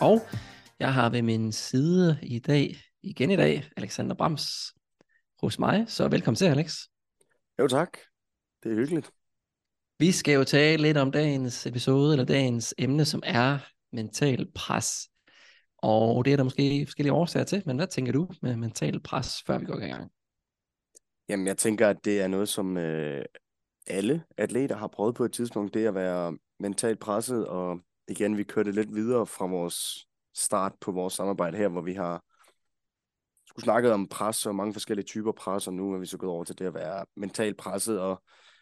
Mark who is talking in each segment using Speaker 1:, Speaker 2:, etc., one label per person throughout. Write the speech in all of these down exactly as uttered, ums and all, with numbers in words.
Speaker 1: Og jeg har ved min side i dag, igen i dag, Alexander Brams hos mig. Så velkommen til, Alex.
Speaker 2: Jo tak, det er hyggeligt.
Speaker 1: Vi skal jo tale lidt om dagens episode, eller dagens emne, som er mental pres. Og det er der måske forskellige årsager til, men hvad tænker du med mental pres, før vi går i gang?
Speaker 2: Jamen jeg tænker, at det er noget, som øh, alle atleter har prøvet på et tidspunkt, det at være mentalt presset, og igen, vi kørte lidt videre fra vores start på vores samarbejde her, hvor vi har skulle snakket om pres og mange forskellige typer pres, og nu er vi så gået over til det at være mentalt presset, og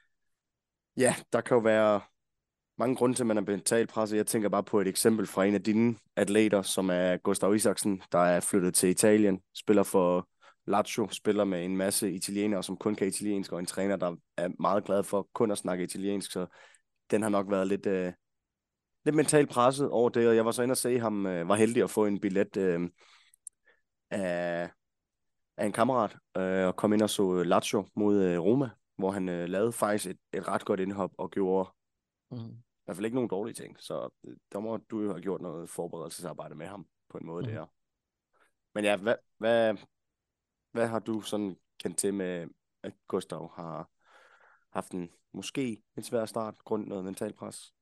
Speaker 2: ja, der kan jo være mange grunde til, at man er mentalt presset. Jeg tænker bare på et eksempel fra en af dine atleter, som er Gustav Isaksen, der er flyttet til Italien, spiller for Lazio, spiller med en masse italienere, som kun kan italiensk, og en træner, der er meget glad for kun at snakke italiensk, så den har nok været lidt, øh, lidt mentalt presset over det, og jeg var så inde og se ham, øh, var heldig at få en billet øh, af, af en kammerat, øh, og kom ind og så Lazio mod øh, Roma, hvor han øh, lavede faktisk et, et ret godt indhop, og gjorde
Speaker 1: Mm.
Speaker 2: i hvert fald ikke nogen dårlige ting, så der må du jo have gjort noget forberedelsesarbejde med ham på en måde
Speaker 1: Mm.
Speaker 2: der. Men ja, hvad, hvad, hvad har du sådan kendt til med, at Gustav har haft en måske en svær start, grund noget mental pres?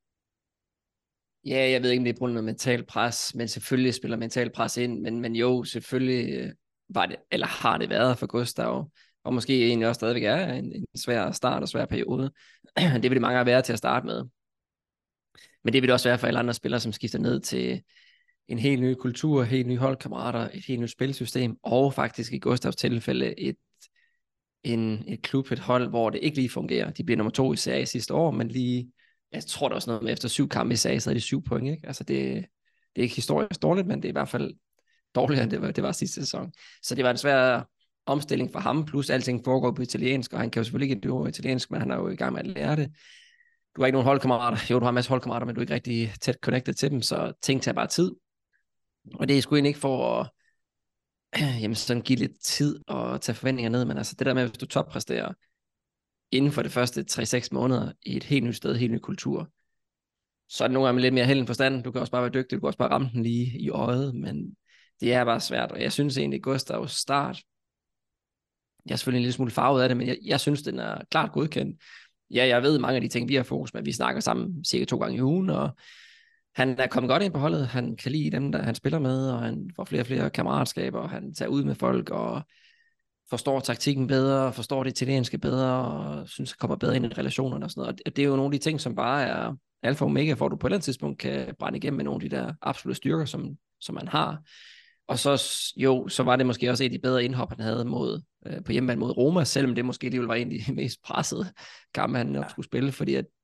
Speaker 1: Ja, jeg ved ikke, om det er på grund af mental pres, men selvfølgelig spiller mental pres ind, men, men jo, selvfølgelig øh, var det, eller har det været for Gustav, og måske egentlig også stadigvæk er en, en svær start og svær periode. Det vil det mange have været til at starte med. Men det vil det også være for alle andre spillere, som skifter ned til en helt ny kultur, helt nye holdkammerater, et helt nyt spilsystem, og faktisk i Gustavs tilfælde et, en, et klub, et hold, hvor det ikke lige fungerer. De bliver nummer to i serie sidste år, men lige, jeg tror der også noget med, efter syv kampe i serie, så er det syv point, ikke? Altså det, det er ikke historisk dårligt, men det er i hvert fald dårligere, end det var, det var sidste sæson. Så det var en svær omstilling for ham, plus alting foregår på italiensk, og han kan jo selvfølgelig ikke det italiensk, men han er jo i gang med at lære det. Du har ikke nogen holdkammerater. Jo, du har en masse holdkammerater, men du er ikke rigtig tæt connected til dem, så ting tager bare tid. Og det er sgu egentlig ikke for at jamen, sådan give lidt tid og tage forventninger ned, men altså det der med, hvis du toppræsterer inden for det første tre til seks måneder i et helt nyt sted, helt ny kultur, så er det nogle gange lidt mere held end forstand. Du kan også bare være dygtig, du kan også bare ramme den lige i øjet, men det er bare svært, og jeg synes egentlig, at Gustavs start, jeg er selvfølgelig en lille smule farvet af det, men jeg, jeg synes, den er klart godkendt. Ja, jeg ved mange af de ting, vi har fokus med, vi snakker sammen cirka to gange i ugen, og han er kommet godt ind på holdet, han kan lide dem, der han spiller med, og han får flere og flere kammeratskaber, og han tager ud med folk, og forstår taktikken bedre, forstår det italienske bedre, og synes, han kommer bedre ind i relationerne og sådan noget. Og det er jo nogle af de ting, som bare er alfa og omega, for at du på et eller andet tidspunkt kan brænde igennem med nogle af de der absolutte styrker, som, som man har. Og så jo, så var det måske også et af de bedre indhop, han havde mod, øh, på hjemmebane mod Roma, selvom det måske alligevel var en af de mest pressede kampe, han nok skulle spille, fordi at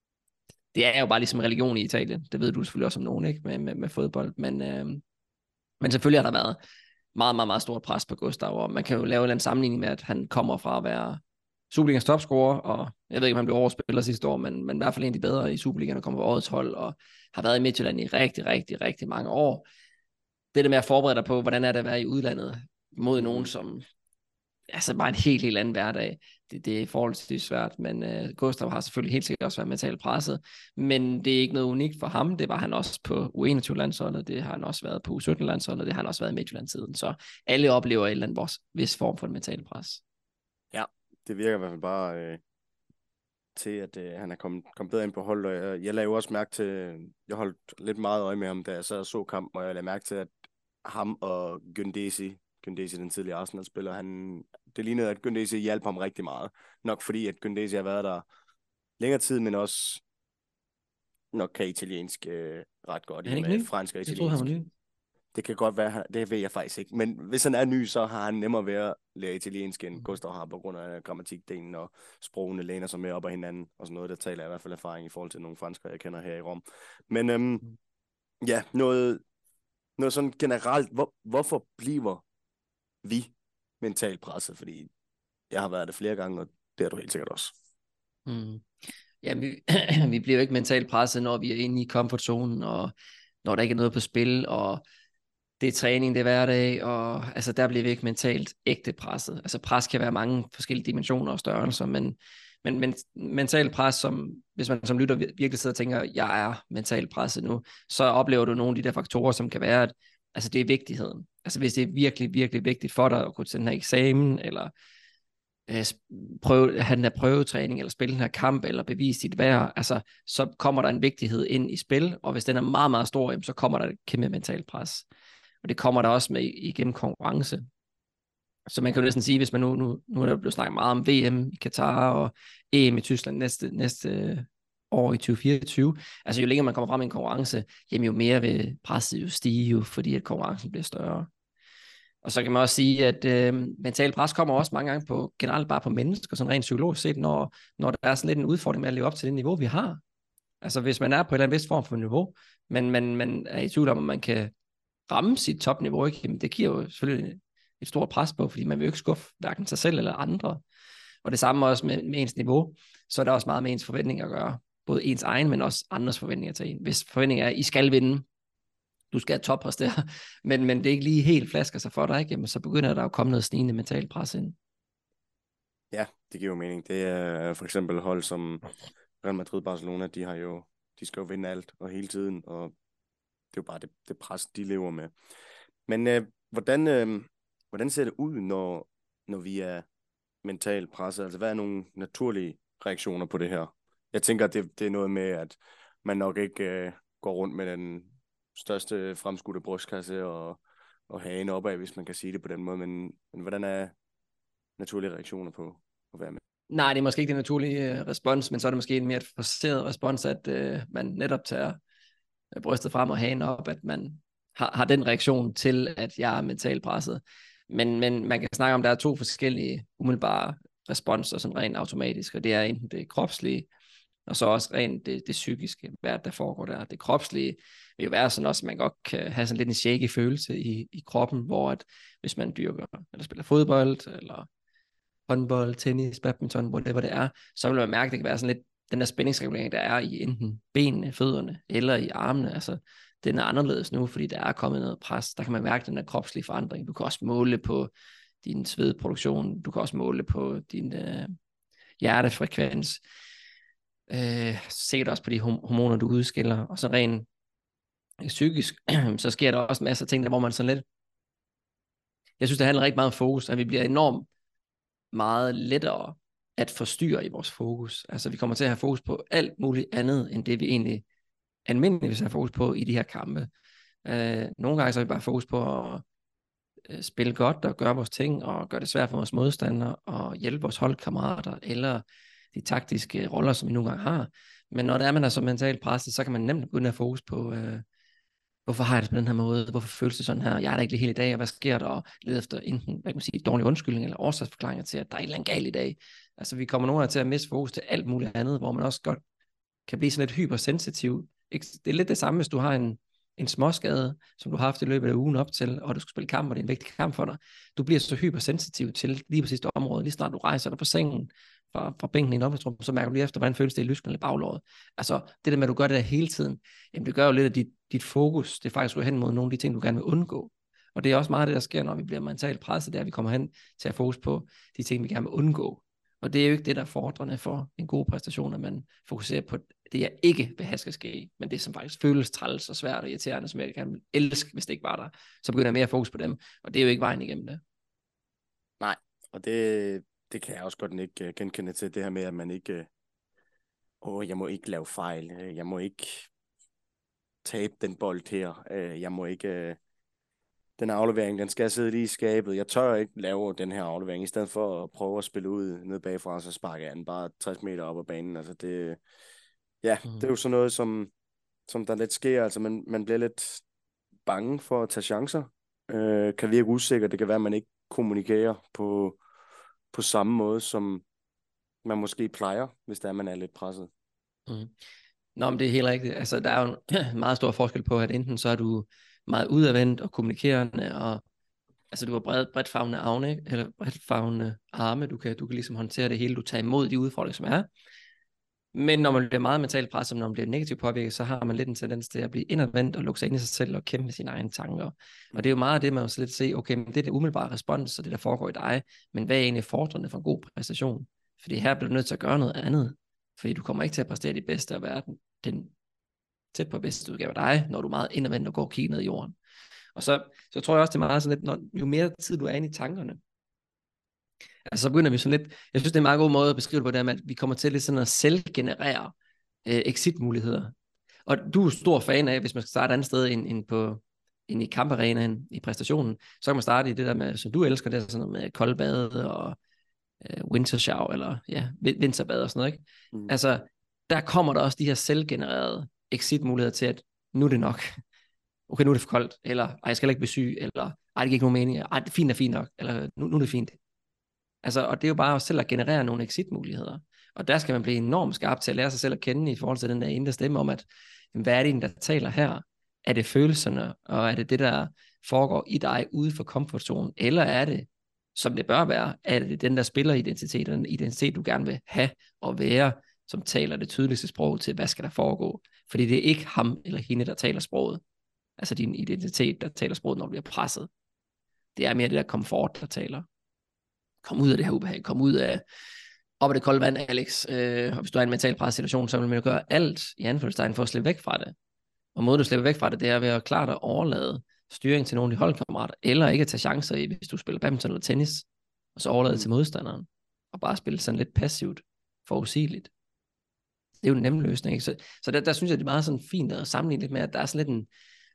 Speaker 1: det er jo bare ligesom religion i Italien. Det ved du selvfølgelig også om nogen, ikke? Med, med, med fodbold. Men, øh, men selvfølgelig har der været meget, meget, meget stort pres på Gustav, og man kan jo lave en sammenligning med, at han kommer fra at være Superligas topscorer, og jeg ved ikke, om han blev overspiller sidste år, men, men i hvert fald en af de bedre i Superligaen, og kommer på årets hold, og har været i Midtjylland i rigtig, rigtig, rigtig mange år. Det der med at forberede dig på, hvordan er det at være i udlandet mod mm. nogen, som altså bare en helt, helt anden hverdag. Det, det er forholdsvis svært, men uh, Gustav har selvfølgelig helt sikkert også været mentalt presset, men det er ikke noget unikt for ham. Det var han også på U enogtyve-landsholdet, det har han også været på U sytten-landsholdet, det har han også været i Midtjylland-tiden, så alle oplever et eller andet vis form for en mental pres.
Speaker 2: Ja, det virker i hvert fald bare øh, til, at øh, han er kommet, kommet bedre ind på holdet, og jeg, jeg lagde jo også mærke til, jeg holdt lidt meget øje med ham, da jeg sad og så kampen, og jeg lagde mærke til, at ham og Gündesi, Gündesi, den tidligere Arsenal-spiller, han, det lignede, at Gündesi hjalp ham rigtig meget. Nok fordi, at Gündesi har været der længere tid, men også nok kan italiensk øh, ret godt.
Speaker 1: Er han ikke ny?
Speaker 2: Fransk og italiensk.
Speaker 1: Jeg troede, han var ny.
Speaker 2: Det kan godt være, det ved jeg faktisk ikke. Men hvis han er ny, så har han nemmere ved at lære italiensk, end Gustav har, på grund af grammatikdelen og sprogene læner sig mere op ad hinanden, og sådan noget, der taler jeg i hvert fald erfaring i forhold til nogle franskere, jeg kender her i Rom. Men øhm, ja, noget, noget sådan generelt, hvor, hvorfor bliver vi mentalt presset? Fordi jeg har været det flere gange, og det har du helt sikkert også.
Speaker 1: Mm. Ja, vi, vi bliver jo ikke mentalt presset, når vi er inde i comfortzonen, og når der ikke er noget på spil, og det er træning, det er hverdag, og altså der bliver vi ikke mentalt ægte presset. Altså pres kan være mange forskellige dimensioner og størrelser, men, Men, men mental pres, som, hvis man som lytter virkelig sidder og tænker, jeg er mentalt presset nu, så oplever du nogle af de der faktorer, som kan være, at altså, det er vigtigheden. Altså hvis det er virkelig, virkelig vigtigt for dig at kunne til den her eksamen, eller øh, prøve, have den her prøvetræning, eller spille den her kamp, eller bevise dit værd, altså, så kommer der en vigtighed ind i spil, og hvis den er meget, meget stor, så kommer der et kæmpe mentalt pres. Og det kommer der også med igennem konkurrence. Så man kan jo næsten sige, hvis man nu, nu, nu er der blevet snakket meget om V M i Katar og E M i Tyskland næste, næste år i tyve fireogtyve. Altså jo længere man kommer frem i en konkurrence, jamen jo mere vil presset jo stige, jo, fordi at konkurrencen bliver større. Og så kan man også sige, at øh, mental pres kommer også mange gange på, generelt bare på mennesker, sådan rent psykologisk set, når, når der er sådan lidt en udfordring med at leve op til det niveau, vi har. Altså hvis man er på en eller anden vis form for niveau, men man, man er i tvivl om, at man kan ramme sit topniveau, ikke? Jamen, det giver jo selvfølgelig et stort pres på, fordi man vil jo ikke skuffe hverken sig selv eller andre. Og det samme også med, med ens niveau, så er der også meget med ens forventninger at gøre. Både ens egen, men også andres forventninger til en. Hvis forventninger er, at I skal vinde, du skal toppræstere, men, men det er ikke lige helt flasker sig for dig, ikke? Jamen, så begynder der at komme noget snigende mentalt pres ind.
Speaker 2: Ja, det giver jo mening. Det er for eksempel hold som Real Madrid, Barcelona, de har jo, de skal jo vinde alt og hele tiden, og det er jo bare det, det pres, de lever med. Men øh, hvordan, øh, hvordan ser det ud, når, når vi er mentalt presset? Altså, hvad er nogle naturlige reaktioner på det her? Jeg tænker, at det, det er noget med, at man nok ikke øh, går rundt med den største fremskudte brystkasse og, og hagen opad, hvis man kan sige det på den måde. Men, men hvordan er naturlige reaktioner på at være med?
Speaker 1: Nej, det er måske ikke det naturlige øh, respons, men så er det måske en mere forceret respons, at øh, man netop tager brystet frem og hagen op, at man har, har den reaktion til, at jeg er mentalt presset. Men, men man kan snakke om, at der er to forskellige umiddelbare responser, sådan rent automatisk, og det er enten det kropslige, og så også rent det, det psykiske, hvad der foregår der. Det kropslige vil jo være sådan også, at man godt kan have sådan lidt en shaky følelse i, i kroppen, hvor at hvis man dyrker, eller spiller fodbold, eller håndbold, tennis, badminton, whatever det er, så vil man mærke, at det kan være sådan lidt den der spændingsregulering, der er i enten benene, fødderne eller i armene, altså den er anderledes nu, fordi der er kommet noget pres. Der kan man mærke den der kropslige forandring. Du kan også måle på din svedproduktion, du kan også måle på din øh, hjertefrekvens, øh, sikkert også på de hormoner, du udskiller, og så rent psykisk, så sker der også masser af ting, der hvor man sådan lidt, jeg synes, det handler rigtig meget om fokus, at vi bliver enormt meget lettere at forstyrre i vores fokus. Altså vi kommer til at have fokus på alt muligt andet, end det vi egentlig almindeligvis har fokus på i de her kampe. Øh, nogle gange så har vi bare fokus på at øh, spille godt og gøre vores ting, og gøre det svært for vores modstandere, og hjælpe vores holdkammerater, eller de taktiske roller, som vi nogle gange har. Men når der er man er så mentalt presset, så kan man nemt begynde at have fokus på, øh, hvorfor har jeg det på den her måde, hvorfor føles det sådan her, jeg er der ikke lige hele i dag, og hvad sker der, og lede efter enten, hvad kan man sige, dårlig undskyldning, eller årsagsforklaringer til, at der er et eller andet galt i dag. Altså vi kommer nogle gange til at miste fokus til alt muligt andet, hvor man også godt kan blive sådan lidt hypersensitiv. Det er lidt det samme, hvis du har en, en småskade, som du har haft i løbet af ugen op til, og du skal spille kamp, og det er en vigtig kamp for dig. Du bliver så hypersensitiv til lige præcis det område, lige snart du rejser dig på sengen fra, fra bænken i en omklædningsrum, så mærker du lige efter, hvordan føles det i lysken eller baglåret. Altså det der med, at du gør det der hele tiden, jamen det gør jo lidt, at dit, dit fokus, det faktisk går hen mod nogle af de ting, du gerne vil undgå. Og det er også meget det, der sker, når vi bliver mentalt presset, det er, at vi kommer hen til at fokus på de ting, vi gerne vil undgå. Og det er jo ikke det, der er fordrende for en god præstation, at man fokuserer på det, jeg ikke vil have skal ske, men det, som faktisk føles træls og svært og irriterende, som jeg gerne vil elske, hvis det ikke var der, så begynder jeg mere fokus på dem, og det er jo ikke vejen igennem det.
Speaker 2: Nej, og det, det kan jeg også godt ikke genkende til, det her med, at man ikke, åh, jeg må ikke lave fejl, jeg må ikke tabe den bold her, jeg må ikke, den aflevering, den skal sidde lige i skabet, jeg tør ikke lave den her aflevering, i stedet for at prøve at spille ud ned bagfra, så sparker jeg den bare tres meter op ad banen, altså det, ja, mm. det er jo sådan noget, som, som der lidt sker, altså man, man bliver lidt bange for at tage chancer, øh, kan virke usikker, det kan være, at man ikke kommunikerer på, på samme måde, som man måske plejer, hvis der er, man er lidt presset.
Speaker 1: Mm. Nå, men det er helt rigtigt. Altså, der er jo en meget stor forskel på, at enten så er du meget udadvendt og kommunikerende, og altså du har bred, bredt favnende arme, eller bredt favnende arme, du kan, du kan ligesom håndtere det hele, du tager imod de udfordringer, som er. Men når man bliver meget mentalt presset, når man bliver negativt påvirket, så har man lidt en tendens til at blive indadvendt og lukke sig ind i sig selv og kæmpe med sine egne tanker. Og det er jo meget af det, man også lidt se, okay, men det er det umiddelbare respons, og det der foregår i dig, men hvad er egentlig fordrende for en god præstation? Fordi her bliver du nødt til at gøre noget andet. Fordi du kommer ikke til at præstere de bedste af verden. Den tæt på bedste udgave af dig, når du er meget indadvendt og går og kigger ned i jorden. Og så, så tror jeg også, det er meget sådan lidt, når, jo mere tid du er inde i tankerne, altså så begynder vi sådan lidt, jeg synes, det er en meget god måde at beskrive det på, det med, at vi kommer til lidt sådan at selvgenerere øh, exit-muligheder. Og du er stor fan af, hvis man skal starte et andet sted end, end, på, end i kamparenaen, i præstationen, så kan man starte i det der med, som du elsker, det er sådan noget med koldbade og øh, winter shower, eller ja, vinterbad og sådan noget, ikke? Mm. Altså, der kommer der også de her selvgenererede exit-muligheder til, at nu er det nok. Okay, nu er det for koldt, eller ej, jeg skal ikke blive syg, eller ej, det giver ikke nogen mening, ej, det er fint er fint nok, eller nu, nu er det fint. Altså, og det er jo bare selv at generere nogle exit-muligheder. Og der skal man blive enormt skarp til at lære sig selv at kende i forhold til den der indre stemme om, at hvad er det, der taler her? Er det følelserne, og er det det, der foregår i dig ude for komfortzonen, eller er det, som det bør være, er det den der spilleridentitet, den identitet, du gerne vil have og være, som taler det tydeligste sprog til, hvad skal der foregå? Fordi det er ikke ham eller hende, der taler sproget. Altså din identitet, der taler sproget, når du bliver presset. Det er mere det der komfort, der taler. Kom ud af det her ubehag, kom ud af op af det kolde vand, Alex. Øh, og hvis du er i en mental presset situation, så vil man jo gøre alt i anførselstegn for at slippe væk fra det. Og måden du slipper væk fra det, det er ved at klart at overlade styring til nogle af de holdkammerater, eller ikke at tage chancer i, hvis du spiller badminton eller tennis, og så overlade mm. det til modstanderen, og bare spille sådan lidt passivt, forudsigeligt. Det er jo en nem løsning, ikke? Så, så der, der synes jeg, det er meget sådan fint at sammenligne lidt med, at der er sådan lidt en,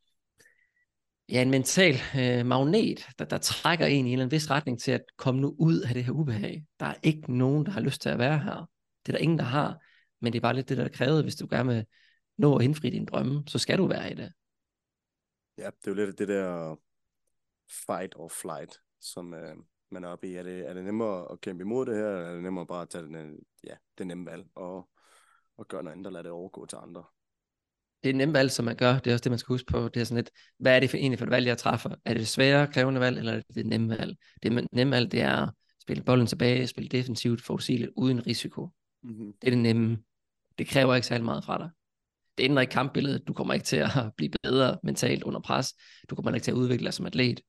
Speaker 1: ja, en mental øh, magnet, der, der trækker en i en eller anden vis retning til at komme nu ud af det her ubehag. Der er ikke nogen, der har lyst til at være her. Det er der ingen, der har, men det er bare lidt det, der er krævet, hvis du gerne vil nå at indfri dine drømme, så skal du være i det.
Speaker 2: Ja, det er jo lidt det der fight or flight, som øh, man er oppe i. Er det, er det nemmere at kæmpe imod det her, eller er det nemmere bare at tage den, ja, det nemme valg og, og gøre noget andet, og lade det overgå til andre?
Speaker 1: Det er et nemt valg, som man gør. Det er også det, man skal huske på. Det er sådan lidt, hvad er det for egentlig for et valg, jeg træffer? Er det det svære, krævende valg, eller er det det nemme valg? Det nemme valg, det er at spille bolden tilbage, spille defensivt, forudsigeligt, uden risiko. Mm-hmm. Det er det nemme. Det kræver ikke særlig meget fra dig. Det ændrer ikke kampbilledet. Du kommer ikke til at blive bedre mentalt under pres. Du kommer ikke til at udvikle dig som atlet.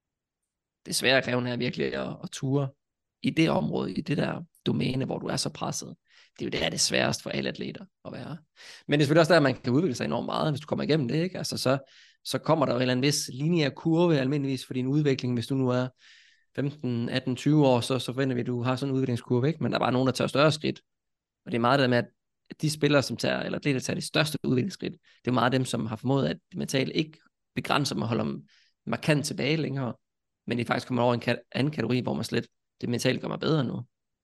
Speaker 1: Det svære krævende er virkelig at, at ture i det område, i det der domæne, hvor du er så presset. Det er jo det, der er det sværeste for alle atleter at være. Men det er selvfølgelig også der, at man kan udvikle sig enormt meget, hvis du kommer igennem det, ikke? Altså så, så kommer der jo en eller anden vis lineær kurve almindeligvis for din udvikling, hvis du nu er femten, atten, tyve år, så, så forventer vi, at du har sådan en udviklingskurve, ikke? Men der er bare nogen, der tager større skridt. Og det er meget det med, at de spillere, som tager, eller atleter, tager de største udviklingsskridt, det er meget dem, som har formået, at det mentalt ikke begrænser dem at holde dem markant tilbage længere, men det faktisk kommer over en anden kategori, hvor man slet, det mentalt gør mig bedre nu.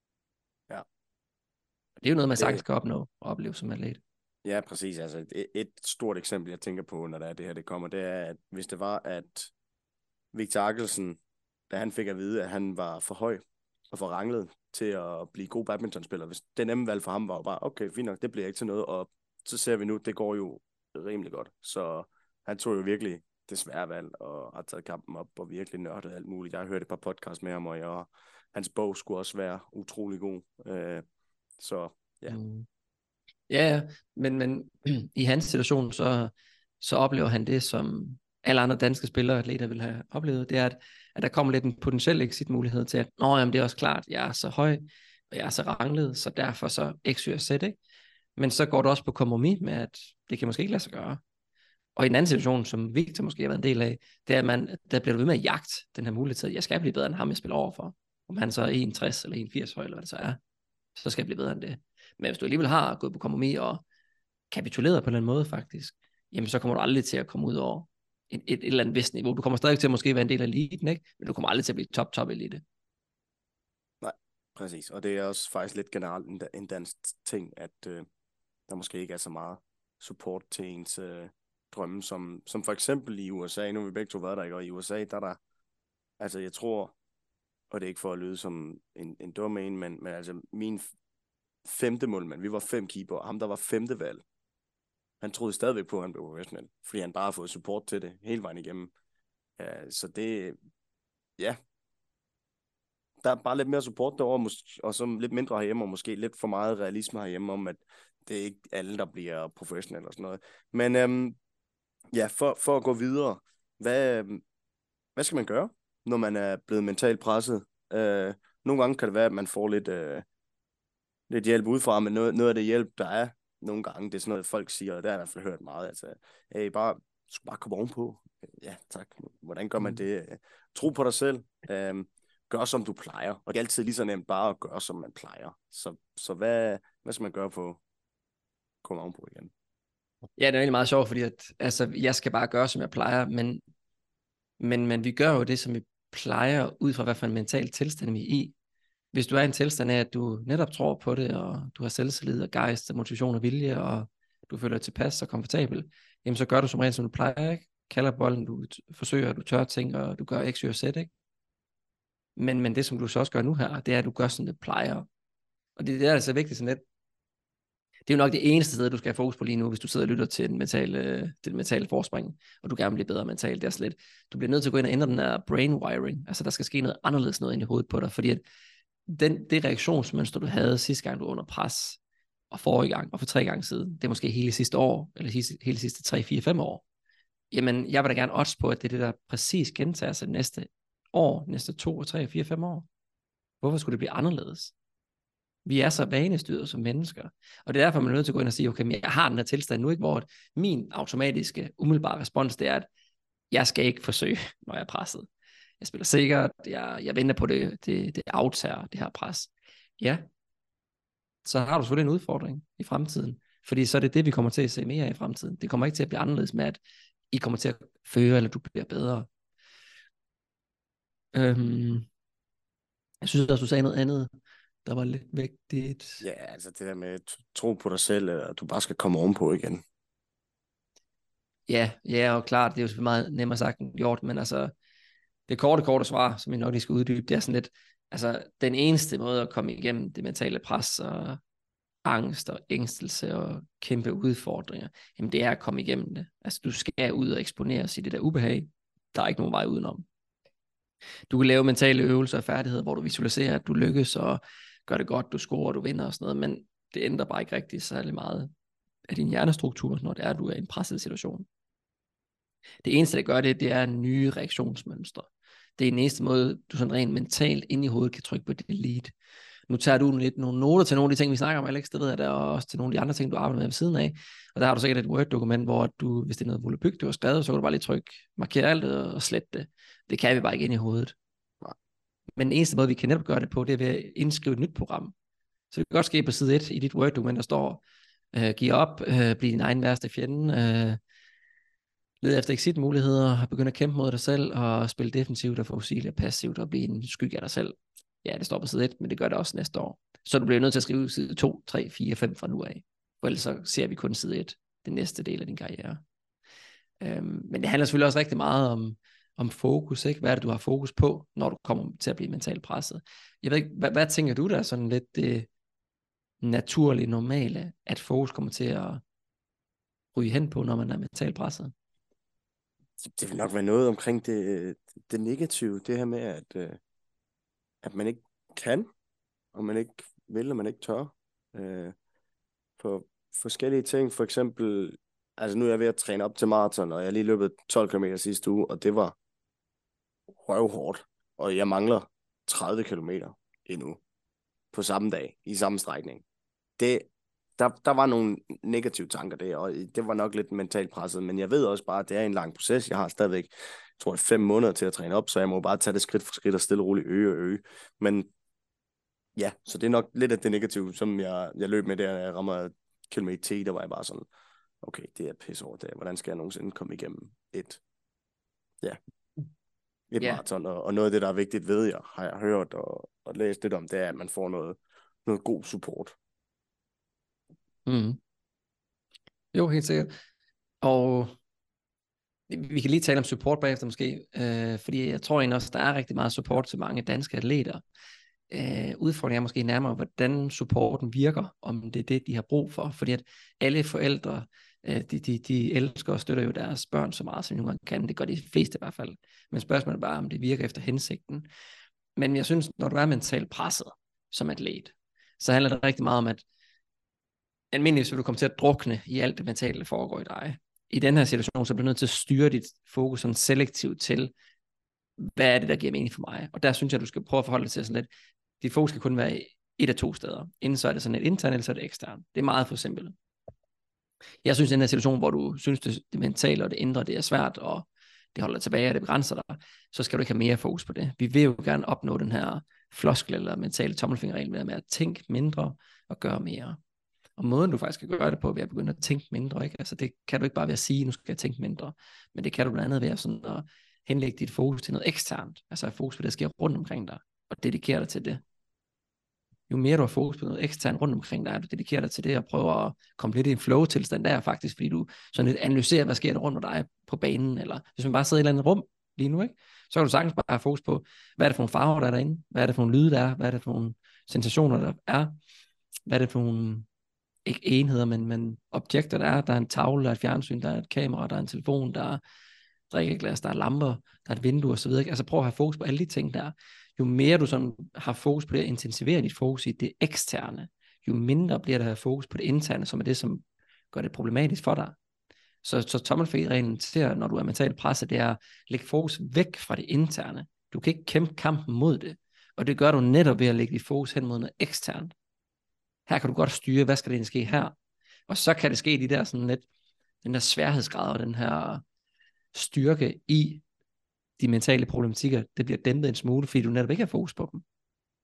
Speaker 2: Ja.
Speaker 1: Det er jo noget, man sagtens kan opnå og opleve som atlet.
Speaker 2: Ja, præcis. Altså et, et stort eksempel, jeg tænker på, når der er det her, det kommer, det er, at hvis det var, at Victor Axelsen, da han fik at vide, at han var for høj og for ranglet til at blive god badmintonspiller, hvis det nemme valg for ham var jo bare, okay, fint nok, det bliver ikke til noget, og så ser vi nu, det går jo rimelig godt. Så han tog jo virkelig det svære valg, og har taget kampen op, og virkelig nørdet alt muligt. Jeg har hørt et par podcasts med ham, og jeg, hans bog skulle også være utrolig god. Øh, så ja.
Speaker 1: Mm. Ja, men, men i hans situation, så, så oplever han det, som alle andre danske spillere og atleter vil have oplevet, det er, at, at der kommer lidt en potentiel exit-mulighed til, at nå, jamen, det er også klart, jeg er så høj, og jeg er så ranglet, så derfor så X, Y og Z, ikke? Men så går det også på kompromis med, at det kan måske ikke lade sig gøre. Og i en anden situation, som Victor måske har været en del af, det er, at man, der bliver du ved med at jagte den her mulighed, jeg skal blive bedre end ham, jeg spiller overfor. Om han så er en tres eller en firs høj, eller hvad det så er, så skal jeg blive bedre end det. Men hvis du alligevel har gået på kompromis og kapituleret på en eller anden måde faktisk, jamen så kommer du aldrig til at komme ud over et, et, et eller andet vist niveau. Du kommer stadig til at måske være en del af eliten, ikke? Men du kommer aldrig til at blive top, top elite.
Speaker 2: Nej, præcis. Og det er også faktisk lidt generelt en, en dansk ting, at øh, der måske ikke er så meget support til ens øh, drømme, som, som for eksempel i U S A. Nu har vi begge to været der, ikke? Og i U S A, der er der, altså jeg tror, og det er ikke for at lyde som en, en dum en, men, men altså min femte målmand, vi var fem keeper, og ham der var femte valg, han troede stadigvæk på, at han blev professionel, fordi han bare har fået support til det hele vejen igennem. Ja, så det, ja, der er bare lidt mere support derovre, og så lidt mindre herhjemme, og måske lidt for meget realisme herhjemme om, at det er ikke alle, der bliver professionelle og sådan noget. Men øhm, ja, for, for at gå videre, hvad, hvad skal man gøre, når man er blevet mentalt presset? Øh, nogle gange kan det være, at man får lidt, øh, lidt hjælp udefra, men noget, noget af det hjælp, der er nogle gange, det er sådan noget, folk siger, og det har jeg i hvert fald hørt meget, altså, hey, bare, du skal bare komme ovenpå. Ja, tak. Hvordan gør man det? Tro på dig selv. Um, gør, som du plejer. Og det er altid lige så nemt bare at gøre, som man plejer. Så, så hvad, hvad skal man gøre på at komme ovenpå igen?
Speaker 1: Ja, det er egentlig meget sjovt, fordi at, altså, jeg skal bare gøre, som jeg plejer, men, men, men vi gør jo det, som vi plejer, ud fra hvad for en mental tilstand vi er i. Hvis du er i en tilstand af, at du netop tror på det, og du har selvtillid og gejst og motivation og vilje, og du føler dig tilpas og komfortabel, jamen så gør du som regel, som du plejer, ikke? Kalder bolden, du forsøger, du tør ting, og du gør x, y og z, ikke? Men, men det, som du så også gør nu her, det er, at du gør, som det plejer. Og det, det er altså vigtigt sådan lidt. Det er jo nok det eneste sted, du skal have fokus på lige nu, hvis du sidder og lytter til den mentale, til den mentale forspring, og du gerne vil blive bedre mentalt. Det er slet. Du bliver nødt til at gå ind og ændre den her brain wiring. Altså, der skal ske noget anderledes noget ind i hovedet på dig, fordi at den, det reaktionsmønster, du havde sidste gang, du var under pres, og forrige gang, og for tre gange siden, det er måske hele sidste år, eller hele, hele sidste tre, fire, fem år, jamen, jeg vil da gerne odds på, at det er det, der præcis gentager sig næste år, næste to, tre, fire, fem år. Hvorfor skulle det blive anderledes? Vi er så vanestyret som mennesker, og det er derfor, man er nødt til at gå ind og sige, okay, men jeg har den her tilstand nu, ikke, hvor min automatiske, umiddelbare respons, det er, at jeg skal ikke forsøge, når jeg er presset. Jeg spiller sikkert, jeg, jeg venter på det, det, det aftager, det her pres. Ja, så har du selvfølgelig en udfordring i fremtiden, fordi så er det det, vi kommer til at se mere i fremtiden. Det kommer ikke til at blive anderledes med, at I kommer til at føre, eller du bliver bedre. Øhm, jeg synes også, du sagde noget andet, der var lidt vigtigt.
Speaker 2: Ja, altså det der med at tro på dig selv, at du bare skal komme ovenpå igen.
Speaker 1: Ja, ja, og klart, det er jo selvfølgelig meget nemmere sagt end gjort, men altså, det korte, korte svar, som jeg nok lige skal uddybe, det er sådan lidt, altså, den eneste måde at komme igennem det mentale pres og angst og ængstelse og kæmpe udfordringer, jamen det er at komme igennem det. Altså, du skal ud og eksponeres i det der ubehag. Der er ikke nogen vej udenom. Du kan lave mentale øvelser og færdigheder, hvor du visualiserer, at du lykkes og gør det godt, du scorer, du vinder og sådan noget, men det ændrer bare ikke rigtig særlig meget af din hjernestruktur, når det er, at du er i en presset situation. Det eneste, der gør det, det er nye reaktionsmønstre. Det er den eneste måde, du sådan rent mentalt ind i hovedet kan trykke på delete. Nu tager du lidt nogle noter til nogle af de ting, vi snakker om, Alex, det ved jeg, der er også til nogle af de andre ting, du arbejder med ved siden af. Og der har du sikkert et Word-dokument, hvor du, hvis det er noget volapyk, du har skrevet, så kan du bare lige trykke, markere alt og slette det. Det kan vi bare ikke ind i hovedet. Men den eneste måde, vi kan netop gøre det på, det er ved at indskrive et nyt program. Så det kan godt ske på side et i dit Word-dokument, der står, øh, giv op, øh, bliv din egen værste fjende, øh, led efter exit-muligheder, begynde at kæmpe mod dig selv, og spille defensivt og forudsigeligt og passivt, og blive en skygge af dig selv. Ja, det står på side et, men det gør det også næste år. Så du bliver nødt til at skrive side to, tre, fire, fem fra nu af. For ellers så ser vi kun side et, den næste del af din karriere. Øhm, men det handler selvfølgelig også rigtig meget om, om fokus, ikke? Hvad er det, du har fokus på, når du kommer til at blive mentalt presset? Jeg ved ikke, hvad, hvad tænker du der sådan lidt det naturlige, normale, at fokus kommer til at ryge hen på, når man er mentalt presset?
Speaker 2: Det vil nok være noget omkring det, det negative, det her med, at, at man ikke kan, og man ikke vil, og man ikke tør. På forskellige ting, for eksempel, altså nu er jeg ved at træne op til maraton, og jeg har lige løbet tolv kilometer sidste uge, og det var røvhårdt, og jeg mangler tredive kilometer endnu på samme dag, i samme strækning. Det, der, der var nogle negative tanker der, og det var nok lidt mentalt presset, men jeg ved også bare, at det er en lang proces. Jeg har stadigvæk, jeg tror, fem måneder til at træne op, så jeg må bare tage det skridt for skridt og stille og roligt øge og øge. Men ja, så det er nok lidt af det negative, som jeg, jeg løb med der, jeg rammer kilometer ti, der var jeg bare sådan, okay, det er pisse over det. Hvordan skal jeg nogensinde komme igennem et, ja, et yeah. maraton? Og, og noget af det, der er vigtigt, ved jeg, har jeg hørt og, og læst lidt om, det er, at man får noget, noget god support.
Speaker 1: Mm. Jo, helt sikkert. Og vi kan lige tale om support bagefter måske, øh, fordi jeg tror egentlig også, der er rigtig meget support til mange danske atleter. Øh, udfordringen er måske nærmere, hvordan supporten virker, om det er det, de har brug for. Fordi at alle forældre, øh, de, de, de elsker og støtter jo deres børn så meget, som de kan. Det gør de fleste i hvert fald. Men spørgsmålet er bare, om det virker efter hensigten. Men jeg synes, når du er mentalt presset som atlet, så handler det rigtig meget om, at almindeligvis vil du komme til at drukne i alt det mentale, der foregår i dig. I den her situation, så bliver du nødt til at styre dit fokus sådan selektivt til, hvad er det, der giver mening for mig? Og der synes jeg, du skal prøve at forholde dig til sådan lidt, dit fokus skal kun være et af to steder. Enten så er det sådan et internt, eller så er det eksternt. Det er meget for simpelt. Jeg synes, i den her situation, hvor du synes, det, det mentale og det indre, det er svært, og det holder dig tilbage, og det begrænser dig, så skal du ikke have mere fokus på det. Vi vil jo gerne opnå den her floskel eller mentale tommelfingerregel med, med at tænke mindre og gøre mere. Og måden du faktisk kan gøre det på, ved at begynde at tænke mindre, ikke? Altså det kan du ikke bare ved at sige, nu skal jeg tænke mindre, men det kan du blandt andet ved at, sådan at henlægge dit fokus til noget eksternt, altså fokus på det, der sker rundt omkring dig, og dedikere dig til det. Jo mere du har fokus på noget eksternt rundt omkring dig, du dedikerer dig til det, og prøver at komme lidt i en flow-tilstand der faktisk, fordi du sådan lidt analyserer, hvad sker der rundt om dig på banen, eller hvis man bare sidder i et eller andet rum lige nu, ikke? Så kan du sagtens bare have fokus på, hvad er det for nogle farver, der er derinde, hvad er det for nogle lyde, der er, hvad er det for nogle sensationer, der er, hvad er det for nogle, ikke enheder, men, men objekter, der er, der er en tavle, der er et fjernsyn, der er et kamera, der er en telefon, der er drikkeglas, der er lamper, der er et vindue osv. Altså prøv at have fokus på alle de ting der. Jo mere du sådan har fokus på det, intensivere dit fokus i det eksterne, jo mindre bliver der fokus på det interne, som er det, som gør det problematisk for dig. Så, så tommelfingerreglen til, når du er mentalt presset, det er at lægge fokus væk fra det interne. Du kan ikke kæmpe kampen mod det, og det gør du netop ved at lægge dit fokus hen mod noget eksternt. Her kan du godt styre, hvad skal det egentlig ske her? Og så kan det ske de der sådan lidt, den der sværhedsgrad og den her styrke i de mentale problematikker, det bliver dæmpet en smule, fordi du netop ikke har fokus på dem.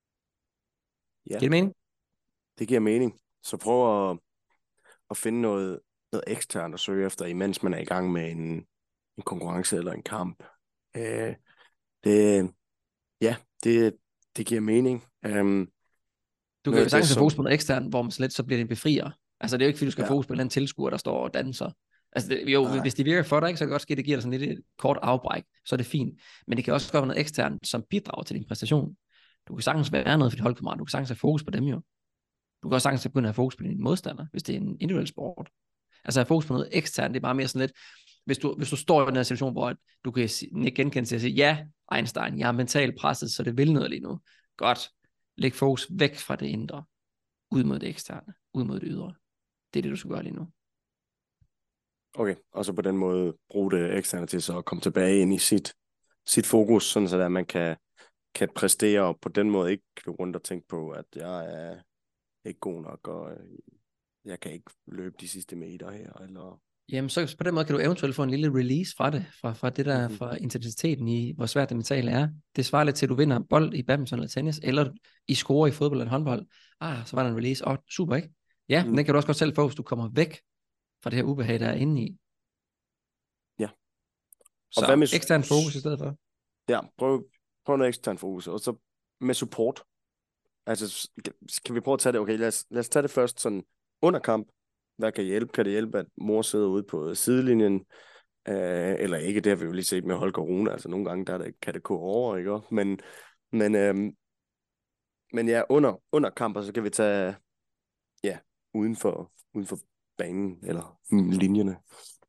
Speaker 2: Ja,
Speaker 1: Giver det mening?
Speaker 2: det giver mening. Så prøv at, at finde noget, noget eksternt at søge efter, imens man er i gang med en, en konkurrence eller en kamp. Øh, det, ja, det, det giver mening. Um,
Speaker 1: Du kan jo sagtens have fokus på noget eksternt, hvor man slet så bliver det en befrier. Altså det er jo ikke, fordi du skal ja. fokus på en eller anden tilskuer, der står og danser. Altså det, jo, Nej. Hvis det virker for dig, så kan det godt ske, at det giver dig sådan lidt et kort afbræk, så er det fint. Men det kan også gøre noget eksternt, som bidrager til din præstation. Du kan sagtens være noget for dit holdkammerat, du kan sagtens have fokus på dem jo. Du kan også sagtens begynde at have fokus på dine modstandere, hvis det er en individuel sport. Altså at have fokus på noget eksternt, det er bare mere sådan lidt, hvis du, hvis du står i den her situation, hvor du kan genkende til at sige, ja, Einstein, jeg er mentalt presset, så det vil noget lige nu. Godt. Læg fokus væk fra det indre, ud mod det eksterne, ud mod det ydre. Det er det, du skal gøre lige nu.
Speaker 2: Okay, og så på den måde bruge det eksterne til så at komme tilbage ind i sit, sit fokus, sådan så at man kan, kan præstere, og på den måde ikke løbe rundt og tænke på, at jeg er ikke god nok, og jeg kan ikke løbe de sidste meter her, eller...
Speaker 1: Jamen, så på den måde kan du eventuelt få en lille release fra det, fra, fra det der, fra intensiteten i, hvor svært det mentale er. Det svarer lidt til, at du vinder bold i badminton eller tennis, eller i score i fodbold eller håndbold. Ah, så var der en release. Åh, oh, super, ikke? Ja, mm. men den kan du også godt selv få, hvis du kommer væk fra det her ubehag, der er inde i.
Speaker 2: Ja.
Speaker 1: Så og hvad med ekstern fokus i stedet for?
Speaker 2: Ja, prøv, prøv noget ekstern fokus, og så med support. Altså, kan vi prøve at tage det? Okay, lad os, lad os tage det først sådan under kamp. Hvad kan hjælpe? Kan det hjælpe, at mor sidder ude på sidelinjen? Øh, eller ikke, det har vi jo lige set med Holger Rune. Altså nogle gange, der er det, kan det gå over, ikke? Men, men, øhm, men ja, under, under kamper, så kan vi tage, ja, uden for, uden for banen, eller mm, linjerne.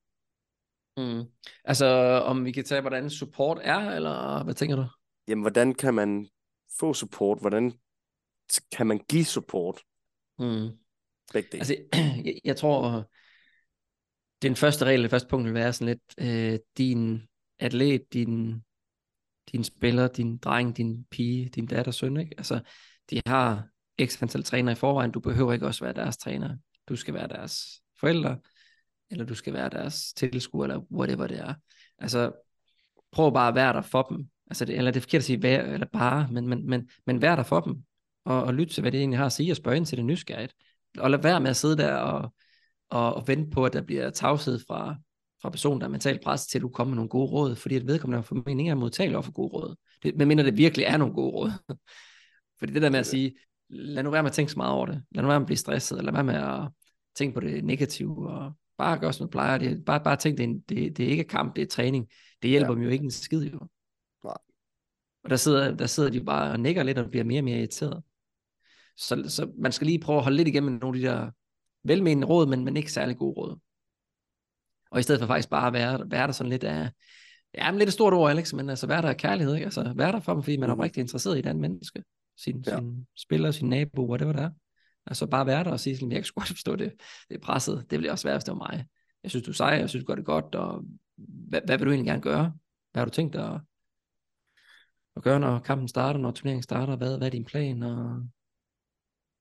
Speaker 1: Mm. Altså, om vi kan tage, hvordan support er, eller hvad tænker du?
Speaker 2: Jamen, hvordan kan man få support? Hvordan kan man give support?
Speaker 1: Mm. Altså, jeg, jeg tror, den første regel, det første punkt vil være sådan lidt, øh, din atlet, din, din spiller, din dreng, din pige, din datter, søn, ikke? Altså, de har x antal trænere i forvejen, du behøver ikke også være deres træner. Du skal være deres forældre, eller du skal være deres tilskuer, eller whatever det er. Altså, prøv bare at være der for dem. Altså, det, eller det er forkert at sige vær, eller bare, men, men, men, men vær der for dem, og, og lyt til, hvad det egentlig har at sige, og spørge ind til det nysgerrigt. Og lad være med at sidde der og, og, og vente på, at der bliver tavshed fra, fra personen, der er mentalt presset, til at du kommer med nogle gode råd, fordi at vedkommende formentlig ikke er modtagelig for gode råd. Det, medmindre det virkelig er nogle gode råd. Fordi det der med at sige, lad nu være med at tænke så meget over det, lad nu være med at blive stresset, lad være med at tænke på det negative, og bare gør, som du plejer. Det, bare, bare tænk, det er, en, det, det er ikke kamp, det er træning. Det hjælper ja. dem jo ikke en skid, jo.
Speaker 2: Nej.
Speaker 1: Og der sidder, der sidder de bare og nikker lidt, og bliver mere og mere irriteret. Så, så man skal lige prøve at holde lidt igennem nogle af de der velmenende råd, men, men ikke særlig gode råd. Og i stedet for faktisk bare at være, være der sådan lidt af, ja, men lidt et stort ord, Alex, men altså være der af kærlighed, ikke? Altså være der for dem, fordi man mm-hmm. er rigtig interesseret i et andet menneske. Sin, ja. sin spiller, sin nabo, whatever det er. Altså bare være der og sige sådan, jeg kan sgu godt forstå det, det er presset, det bliver også svært, hvis det var mig. Jeg synes, du er sej, jeg synes, du gør det godt, og hvad, hvad vil du egentlig gerne gøre? Hvad har du tænkt dig at, at gøre, når kampen starter, når turneringen starter? Hvad, hvad er din plan? Og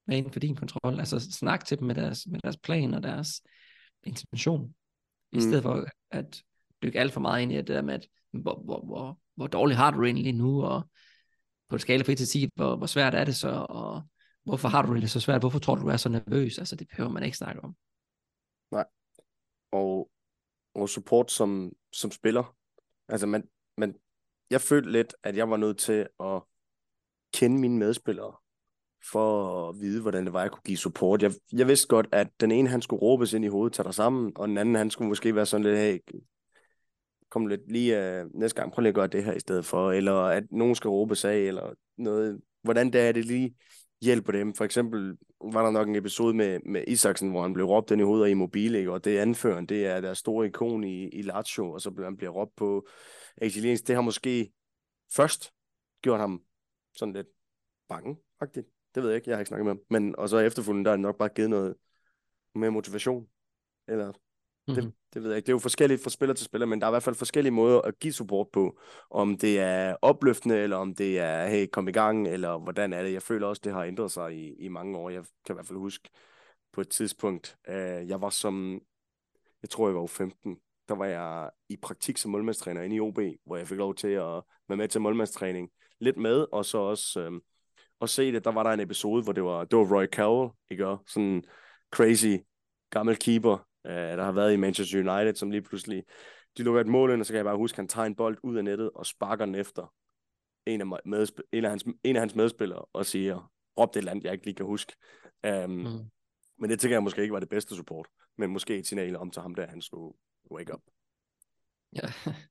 Speaker 1: med inden for din kontrol. Altså snak til dem med deres, med deres plan og deres intention, i
Speaker 2: Mm.
Speaker 1: stedet for at dykke alt for meget ind i det der med, at, hvor, hvor, hvor, hvor dårligt har du det egentlig nu, og på et skala fra et til ti, hvor, hvor svært er det så, og hvorfor har du det så svært, hvorfor tror du, du er så nervøs? Altså det behøver man ikke snakke om.
Speaker 2: Nej. Og, og support som, som spiller. Altså man, man, jeg følte lidt, at jeg var nødt til at kende mine medspillere, for at vide, hvordan det var, jeg kunne give support. Jeg, jeg vidste godt, at den ene, han skulle råbes ind i hovedet, tage dig sammen, og den anden, han skulle måske være sådan lidt, hey, kom lidt lige uh, næste gang, prøv lige at gøre det her i stedet for, eller at nogen skal råbes af, eller noget. Hvordan det er, det lige hjælper dem. For eksempel var der nok en episode med, med Isaksen, hvor han blev råbt ind i hovedet af Immobile, ikke? Og det anføren, det er der store ikon i, i Lazio, og så bliver han bliver råbt på italiensk. Det har måske først gjort ham sådan lidt bange, faktisk. Det ved jeg ikke, jeg har ikke snakket med ham. Men, og så efterfølgende, der er det nok bare givet noget mere motivation. Eller, mm-hmm. det, det ved jeg ikke. Det er jo forskelligt fra spiller til spiller, men der er i hvert fald forskellige måder at give support på. Om det er opløftende, eller om det er, hey, kom i gang, eller hvordan er det. Jeg føler også, det har ændret sig i, i mange år. Jeg kan i hvert fald huske på et tidspunkt, øh, jeg var som, jeg tror, jeg var femten. Der var jeg i praktik som målmandstræner inde i O B, hvor jeg fik lov til at være med til målmandstræning. Lidt med, og så også... Øh, og se det, der var der en episode, hvor det var, det var Roy Carroll, ikke? Sådan en crazy gammel keeper, øh, der har været i Manchester United, som lige pludselig, de lukker et mål ind, og så kan jeg bare huske, at han tager en bold ud af nettet og sparker den efter en af, medspil- en af, hans, en af hans medspillere og siger, råb det land, jeg ikke lige kan huske. Um, mm. Men det tænker jeg måske ikke var det bedste support, men måske et signal om til ham der, han skulle wake up.
Speaker 1: Ja,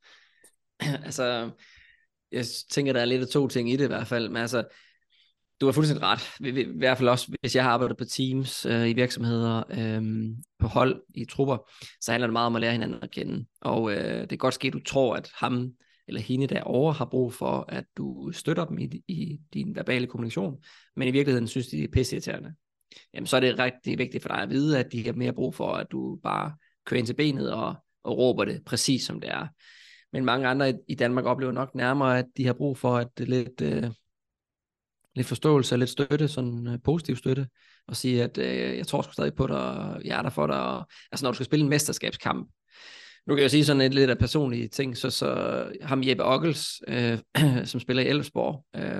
Speaker 1: altså, jeg tænker, der er lidt af to ting i det i hvert fald, men altså, du har fuldstændig ret. I, I hvert fald også, hvis jeg har arbejdet på teams øh, i virksomheder, øh, på hold, i trupper, så handler det meget om at lære hinanden at kende. Og øh, det kan godt ske, at du tror, at ham eller hende derovre har brug for, at du støtter dem i, i din verbale kommunikation, men i virkeligheden synes de, det er pisseirriterende. Jamen, så er det rigtig vigtigt for dig at vide, at de har mere brug for, at du bare kører ind til benet og, og råber det præcis som det er. Men mange andre i Danmark oplever nok nærmere, at de har brug for, at det er lidt... Øh, lidt forståelse og lidt støtte, sådan uh, positiv støtte, og sige, at øh, jeg tror sgu stadig på dig, og jeg er der for dig, og, altså når du skal spille en mesterskabskamp. Nu kan jeg sige sådan et lidt af personlige ting, så, så ham Jeppe Ockels, øh, som spiller i Elfsborg, øh,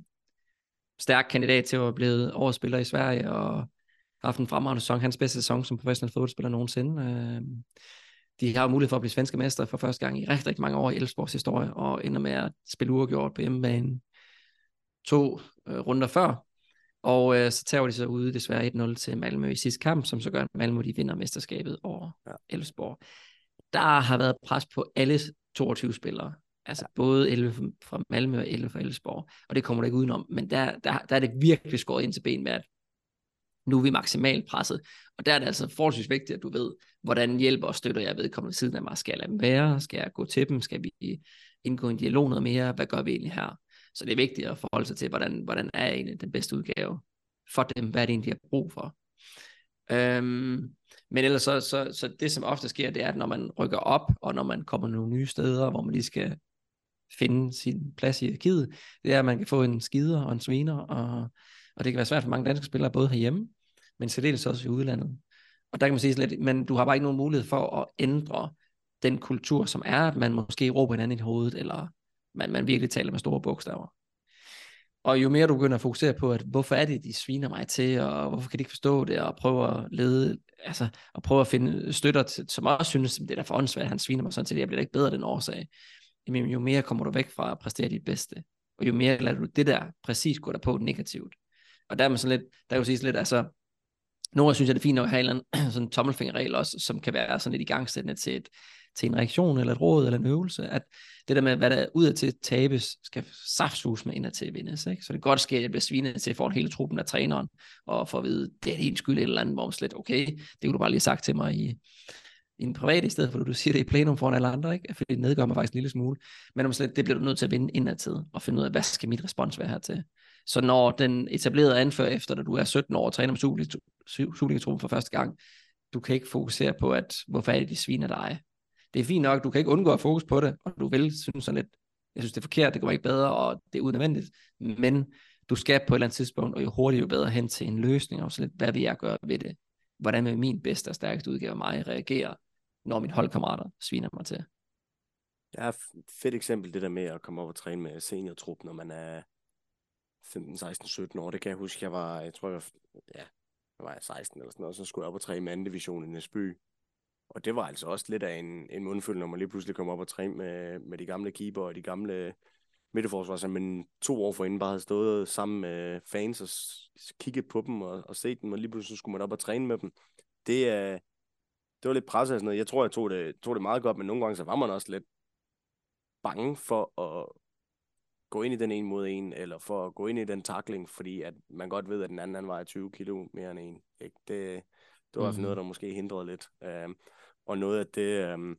Speaker 1: stærk kandidat til at blive årets spiller i Sverige, og har haft en fremragende sæson, hans bedste sæson som professionel fodboldspiller nogensinde. Øh, de har jo mulighed for at blive svenske mestre for første gang i rigtig, rigtig mange år i Elfsborgs historie, og ender med at spille uafgjort på hjemmebane to øh, runder før, og øh, så tager de så ude desværre et nul til Malmø i sidste kamp, som så gør, at Malmø de vinder mesterskabet over ja. Elfsborg. Der har været pres på alle toogtyve spillere, altså både elleve fra Malmø og elleve fra Elfsborg, og det kommer der ikke udenom, men der, der, der er det virkelig skåret ind til ben med, at nu er vi maksimalt presset, og der er det altså forholdsvis vigtigt, at du ved, hvordan hjælper og støtter jeg vedkommende siden af mig. Skal jeg lade dem være? Skal jeg gå til dem? Skal vi indgå i en dialog noget mere? Hvad gør vi egentlig her? Så det er vigtigt at forholde sig til, hvordan, hvordan er egentlig den bedste udgave for dem, hvad er det egentlig, de har brug for. Øhm, men ellers så, så, så det, som ofte sker, det er, at når man rykker op, og når man kommer nogle nye steder, hvor man lige skal finde sin plads i hierarkiet, det er, at man kan få en skider og en sviner, og, og det kan være svært for mange danske spillere, både herhjemme, men særdeles også i udlandet. Og der kan man sige lidt, men du har bare ikke nogen mulighed for at ændre den kultur, som er, at man måske råber hinanden i hovedet, eller man, man virkelig taler med store bogstaver. Og jo mere du begynder at fokusere på, at hvorfor er det, de sviner mig til, og hvorfor kan de ikke forstå det, og prøve at lede, altså, og prøve at finde støtter, til, som også synes, det er da for åndssvagt, han sviner mig sådan til, det jeg bliver ikke bedre den årsag. Jamen, jo mere kommer du væk fra at præstere dit bedste, og jo mere lader du det der præcis gå der på negativt. Og der er man sådan lidt, der kan jo sige lidt, altså, nogle synes jeg, det er fint nok at have en eller anden sådan tommelfingerregel også, som kan være sådan lidt igangsættende til et, til en reaktion, eller et råd, eller en øvelse, at det der med, hvad der er udad til tabes, skal saftsus med indad til vindes, ikke? Så det kan godt ske, at jeg bliver svinet til foran hele truppen af træneren, og for at vide, det er din skyld eller andet, hvor man slet, okay, det kunne du bare lige sagt til mig i, i en privat, i stedet for at du siger det i plenum foran alle andre, ikke? For det nedgør mig faktisk en lille smule, men om slet, det bliver du nødt til at vinde indad til, og finde ud af, hvad skal mit respons være her til. Så når den etablerede anfører efter, at du er sytten år og træner med Superliga-truppen for første gang, du kan ikke fokusere på, at hvorfor er det, de sviner dig. Det er fint nok, du kan ikke undgå at fokus på det, og du vil synes sådan lidt, jeg synes det er forkert, det går ikke bedre, og det er unødvendigt, men du skal på et eller andet tidspunkt, og jo hurtigere jo bedre hen til en løsning, og så lidt, hvad vil jeg gøre ved det? Hvordan vil min bedste og stærkeste udgave af mig reagere, når mine holdkammerater sviner mig til?
Speaker 2: Jeg har et fedt eksempel, det der med at komme op og træne med seniortrup, når man er femten, seksten, sytten år. Det kan jeg huske, jeg var, jeg tror jeg var, ja, jeg var seksten eller sådan noget, så skulle jeg op og træne med anden division i Næsby. Og det var altså også lidt af en, en mundfuld, når man lige pludselig kom op og træne med, med de gamle keeper og de gamle midterforsvar, som man to år forinden bare havde stået sammen med fans og kigget på dem og, og set dem, og lige pludselig skulle man op og træne med dem. Det, uh, det var lidt presset og sådan noget. Jeg tror, jeg tog det, tog det meget godt, men nogle gange så var man også lidt bange for at gå ind i den ene mod en, eller for at gå ind i den tackling, fordi at man godt ved, at den anden han vejer tyve kilo mere end en. Ikke? Det, det var mm-hmm. noget, der måske hindrede lidt. Um, og noget af det... Um,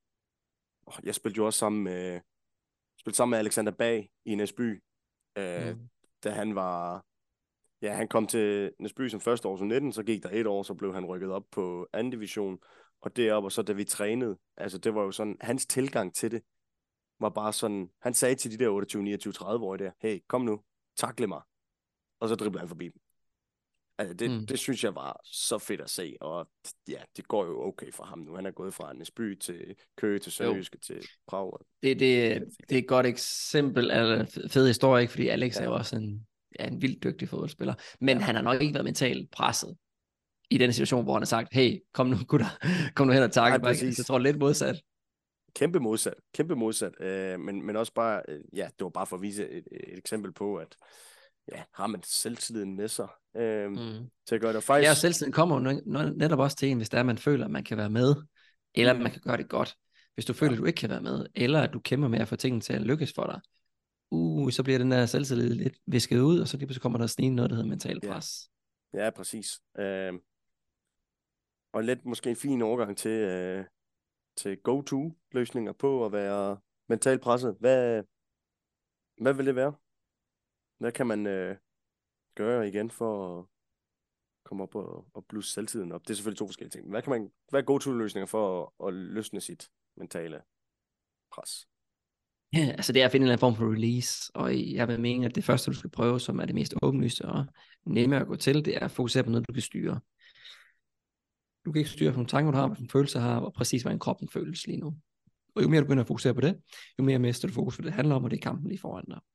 Speaker 2: jeg spillede jo også sammen med, spillede sammen med Alexander Bag i Næsby, uh, mm. da han var... Ja, han kom til Næsby som første år som nitten, så gik der et år, så blev han rykket op på anden division, og deroppe, og så da vi trænede, altså det var jo sådan, hans tilgang til det, var bare sådan, han sagde til de der otteogtyve, niogtyve, tredive-årige der, hey, kom nu, takle mig, og så driblede han forbi dem. Altså det, mm. det synes jeg var så fedt at se, og ja, det går jo okay for ham nu. Han er gået fra Næsby til Køge, til Sønderjyske, til Prag.
Speaker 1: Det, det, det er et godt eksempel, eller fed historie, ikke? Fordi Alex ja. er jo også en, ja, en vildt dygtig fodboldspiller, men ja. han har nok ikke været mentalt presset i den situation, hvor han har sagt, hey, kom nu gutter, kom nu hen og takke mig. Så jeg tror lidt modsat.
Speaker 2: Kæmpe modsat, kæmpe modsat, øh, men, men også bare, øh, ja, det var bare for at vise et, et eksempel på, at ja, har man selvtilliden med sig øh, mm. til at gøre det. Faktisk...
Speaker 1: Ja, og selvtilliden kommer jo netop også til en, hvis der er, man føler, at man kan være med, eller mm. man kan gøre det godt. Hvis du føler, ja. at du ikke kan være med, eller at du kæmper med at få tingene til at lykkes for dig, uh, så bliver den der selvtillid lidt visket ud, og så lige pludselig kommer der snigende noget, der hedder mental pres.
Speaker 2: Ja, ja præcis. Øh, og lidt måske en fin overgang til, øh, til go-to-løsninger på at være mentalt presset. Hvad, hvad vil det være? Hvad kan man øh, gøre igen for at komme op og, og blusse selvtiden op? Det er selvfølgelig to forskellige ting. Hvad kan man, hvad er go-to-løsninger for at, at løsne sit mentale pres?
Speaker 1: Ja, altså det er at finde en eller anden form for release, og jeg vil mene, at det første, du skal prøve, som er det mest åbenlyse og nemme at gå til, det er at fokusere på noget, du kan styre. Du kan ikke styre på nogle tanker, du har, hvad en følelse har, og præcis hvad en kroppen føles lige nu. Og jo mere du begynder at fokusere på det, jo mere mister du fokus på det, det handler om, og det er kampen lige foran dig.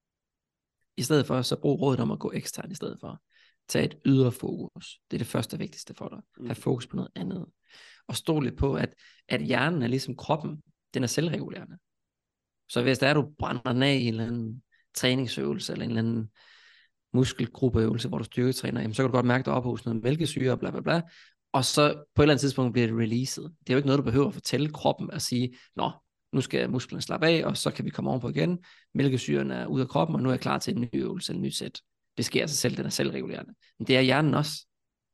Speaker 1: I stedet for, så brug rådet om at gå ekstern i stedet for. Tag et ydre fokus. Det er det første og vigtigste for dig. Mm. Hav fokus på noget andet. Og stol lidt på, at, at hjernen er ligesom kroppen. Den er selvregulerende. Så hvis der er, du brænder den af i en eller anden træningsøvelse, eller en eller anden muskelgruppeøvelse, hvor du styrketræner, jamen, så kan du godt mærke, at der er oppe hos noget mælkesyre, og bla bla bla. Og så på et eller andet tidspunkt bliver det releaset. Det er jo ikke noget, du behøver at fortælle kroppen at sige, nå, nu skal musklerne slappe af, og så kan vi komme ovenpå igen. Mælkesyren er ude af kroppen, og nu er jeg klar til en ny øvelse, en ny sæt. Det sker af sig selv, den er selvregulerende. Men det er hjernen også.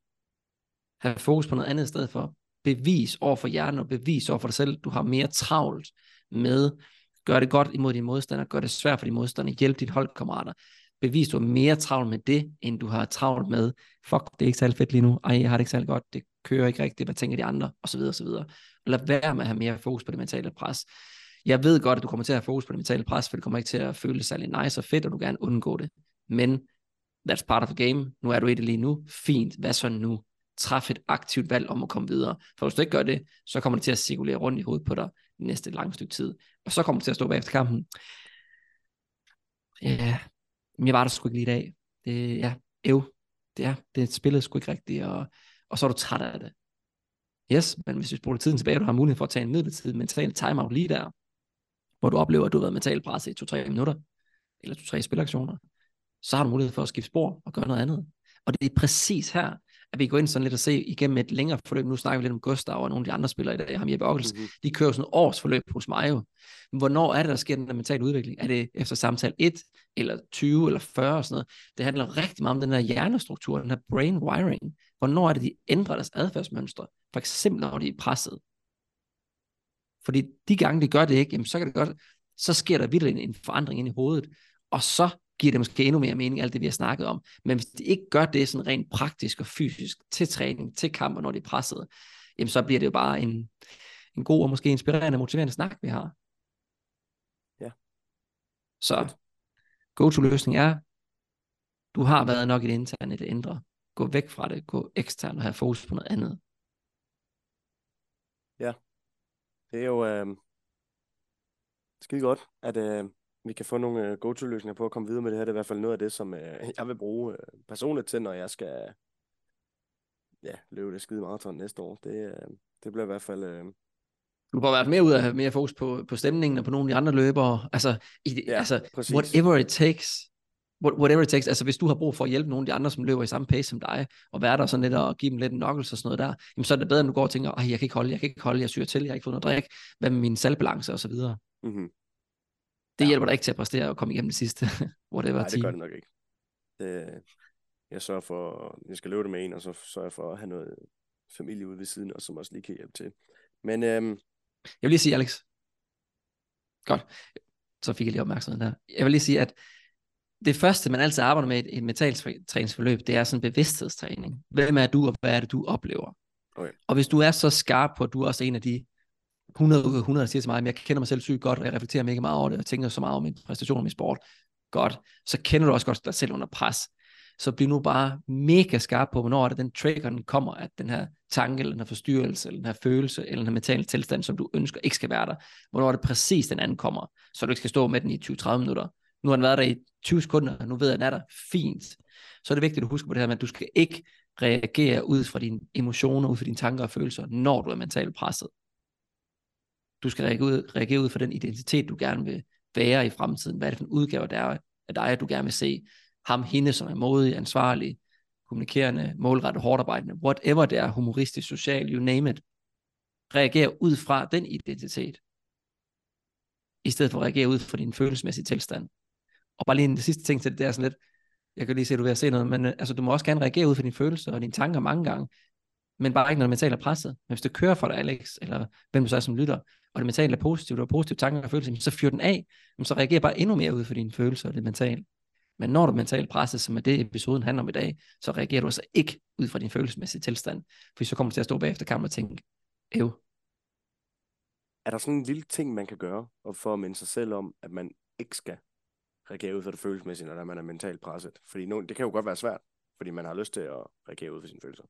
Speaker 1: Hav fokus på noget andet i stedet for. Bevis over for hjernen, og bevis over for dig selv. Du har mere travlt med, gør det godt imod dine modstandere, gør det svært for dine modstandere, hjælp dine holdkammerater. Bevis, du har mere travlt med det, end du har travlt med, fuck, det er ikke særlig fedt lige nu, ej, jeg har det ikke særlig godt, det kører ikke rigtigt, hvad tænker de andre, og så videre, og så videre. Og lad være med at have mere fokus på det mentale pres. Jeg ved godt, at du kommer til at have fokus på det mentale pres, for det kommer ikke til at føles særlig nice og fedt, og du gerne undgå det. Men that's part of the game. Nu er du i det lige nu. Fint. Hvad så nu? Træf et aktivt valg om at komme videre. For hvis du ikke gør det, så kommer det til at cirkulere rundt i hovedet på dig næste lange stykke tid. Og så kommer du til at stå bagefter kampen. Ja, men jeg var der sgu ikke lige i dag. Det, ja, ev. Det er, det spillet sgu ikke rigtigt, og, og så er du træt af det. Yes, men hvis vi spoler tiden tilbage, du har mulighed for at tage en midlertidig mental timeout lige der, hvor du oplever, at du har været mentalt presset i to-tre minutter, eller to-tre spilaktioner, så har du mulighed for at skifte spor og gøre noget andet. Og det er præcis her, at vi går ind sådan lidt og se igennem et længere forløb. Nu snakker vi lidt om Gustav og nogle af de andre spillere i dag, ham Jeppe Ockels. Mm-hmm. De kører sådan et års forløb hos mig jo. Men hvornår er det, der sker den der mentale udvikling? Er det efter samtale et, eller tyve, eller fyrre og sådan noget? Det handler rigtig meget om den der hjernestruktur, den her brain wiring. Hvornår er det, de ændrer deres adfærdsmønstre? For eksempel, når de er presset. Fordi de gange, de gør det ikke, jamen, så kan det godt, så sker der virkelig en, en forandring ind i hovedet. Og så giver det måske endnu mere mening, alt det vi har snakket om. Men hvis de ikke gør det sådan rent praktisk og fysisk til træning, til kamper, når de er presset, jamen så bliver det jo bare en, en god og måske inspirerende, motiverende snak, vi har.
Speaker 2: Ja.
Speaker 1: Så go-to-løsning er, Du har været nok i det interne, i det indre. Gå væk fra det, gå ekstern og have fokus på noget andet.
Speaker 2: Ja, det er jo øh, skide godt, at øh, vi kan få nogle øh, go-to-løsninger på at komme videre med det her. Det er i hvert fald noget af det, som øh, jeg vil bruge øh, personligt til, når jeg skal ja, løbe det skide maraton næste år. Det, øh, det bliver i hvert fald... Øh,
Speaker 1: Du får i hvert fald mere ud af at have mere fokus på, på stemningen og på nogle af de andre løbere. Altså, i,
Speaker 2: ja,
Speaker 1: altså
Speaker 2: præcis.
Speaker 1: whatever it takes. What, whatever it takes. Altså, hvis du har brug for at hjælpe nogle af de andre, som løber i samme pace som dig, og være der sådan lidt og give dem lidt knuckles og sådan noget der, jamen, så er det bedre, end du går og tænker, jeg kan ikke holde, jeg kan ikke holde, jeg syrer til, jeg har ikke fået noget drik, hvad med min saltbalance og så videre.
Speaker 2: Mm-hmm.
Speaker 1: Det
Speaker 2: Ja.
Speaker 1: hjælper dig ikke til at præstere og komme igennem det sidste. Whatever
Speaker 2: Nej, det
Speaker 1: team.
Speaker 2: gør det nok ikke. Det, jeg sørger for, at jeg skal løbe det med en, og så sørger jeg for at have noget familie ude ved siden, og som også lige kan hjælpe til. Men øhm,
Speaker 1: jeg vil lige sige, Alex. Godt. Så fik jeg lige opmærksomhed der. Jeg vil lige sige, at det første, man altid arbejder med i et mentaltræningsforløb, det er sådan en bevidsthedstræning. Hvem er du, og hvad er det, du oplever?
Speaker 2: okay.
Speaker 1: Og hvis du er så skarp på, at du er også en af de hundrede ud af hundrede, der siger til mig, at jeg kender mig selv sygt godt, og jeg reflekterer mega meget over det, og tænker så meget over min præstation og min sport, godt, så kender du også godt dig selv under pres. Så bliv nu bare mega skarp på, hvornår er det, den trigger, den kommer, at den her tanke, eller den her forstyrrelse, eller den her følelse, eller den her mentale tilstand, som du ønsker, ikke skal være der. Hvornår er det præcis, den anden kommer, så du ikke skal stå med den i tyve til tredive minutter. Nu har den været der i tyve sekunder, og nu ved jeg, at den er der. Fint. Så er det vigtigt, at du husker på det her med, at du skal ikke reagere ud fra dine emotioner, ud fra dine tanker og følelser, når du er mentalt presset. Du skal reagere ud, reagere ud fra den identitet, du gerne vil være i fremtiden. Hvad er det for en udgave, der er af dig, du gerne vil se? Ham, hende, som er modig, ansvarlig, kommunikerende, målrettet, hårdt arbejdende, whatever det er, humoristisk, social, you name it. Reager ud fra den identitet, i stedet for at reagere ud fra din følelsesmæssige tilstand. Og bare lige en sidste ting til det, det er sådan lidt, jeg kan lige se, at du er ved at se noget, men altså, du må også gerne reagere ud fra dine følelser og dine tanker mange gange, men bare ikke, når det mentale er presset. Men hvis det kører for dig, Alex, eller hvem du så er som lytter, og det mentale er positivt, og positive tanker og følelser, så fyr den af, så reagerer bare endnu mere ud for dine følelser og det mentale. Men når du er mentalt presset, som er det episoden handler om i dag, så reagerer du altså ikke ud fra din følelsesmæssige tilstand, for så kommer du til at stå bagefter kampen og tænke, øv.
Speaker 2: Er der sådan en lille ting, man kan gøre, og for at minde sig selv om, at man ikke skal reagere ud for det følelsesmæssige, når man er mentalt presset? Fordi no, det kan jo godt være svært, fordi man har lyst til at reagere ud for sine følelser.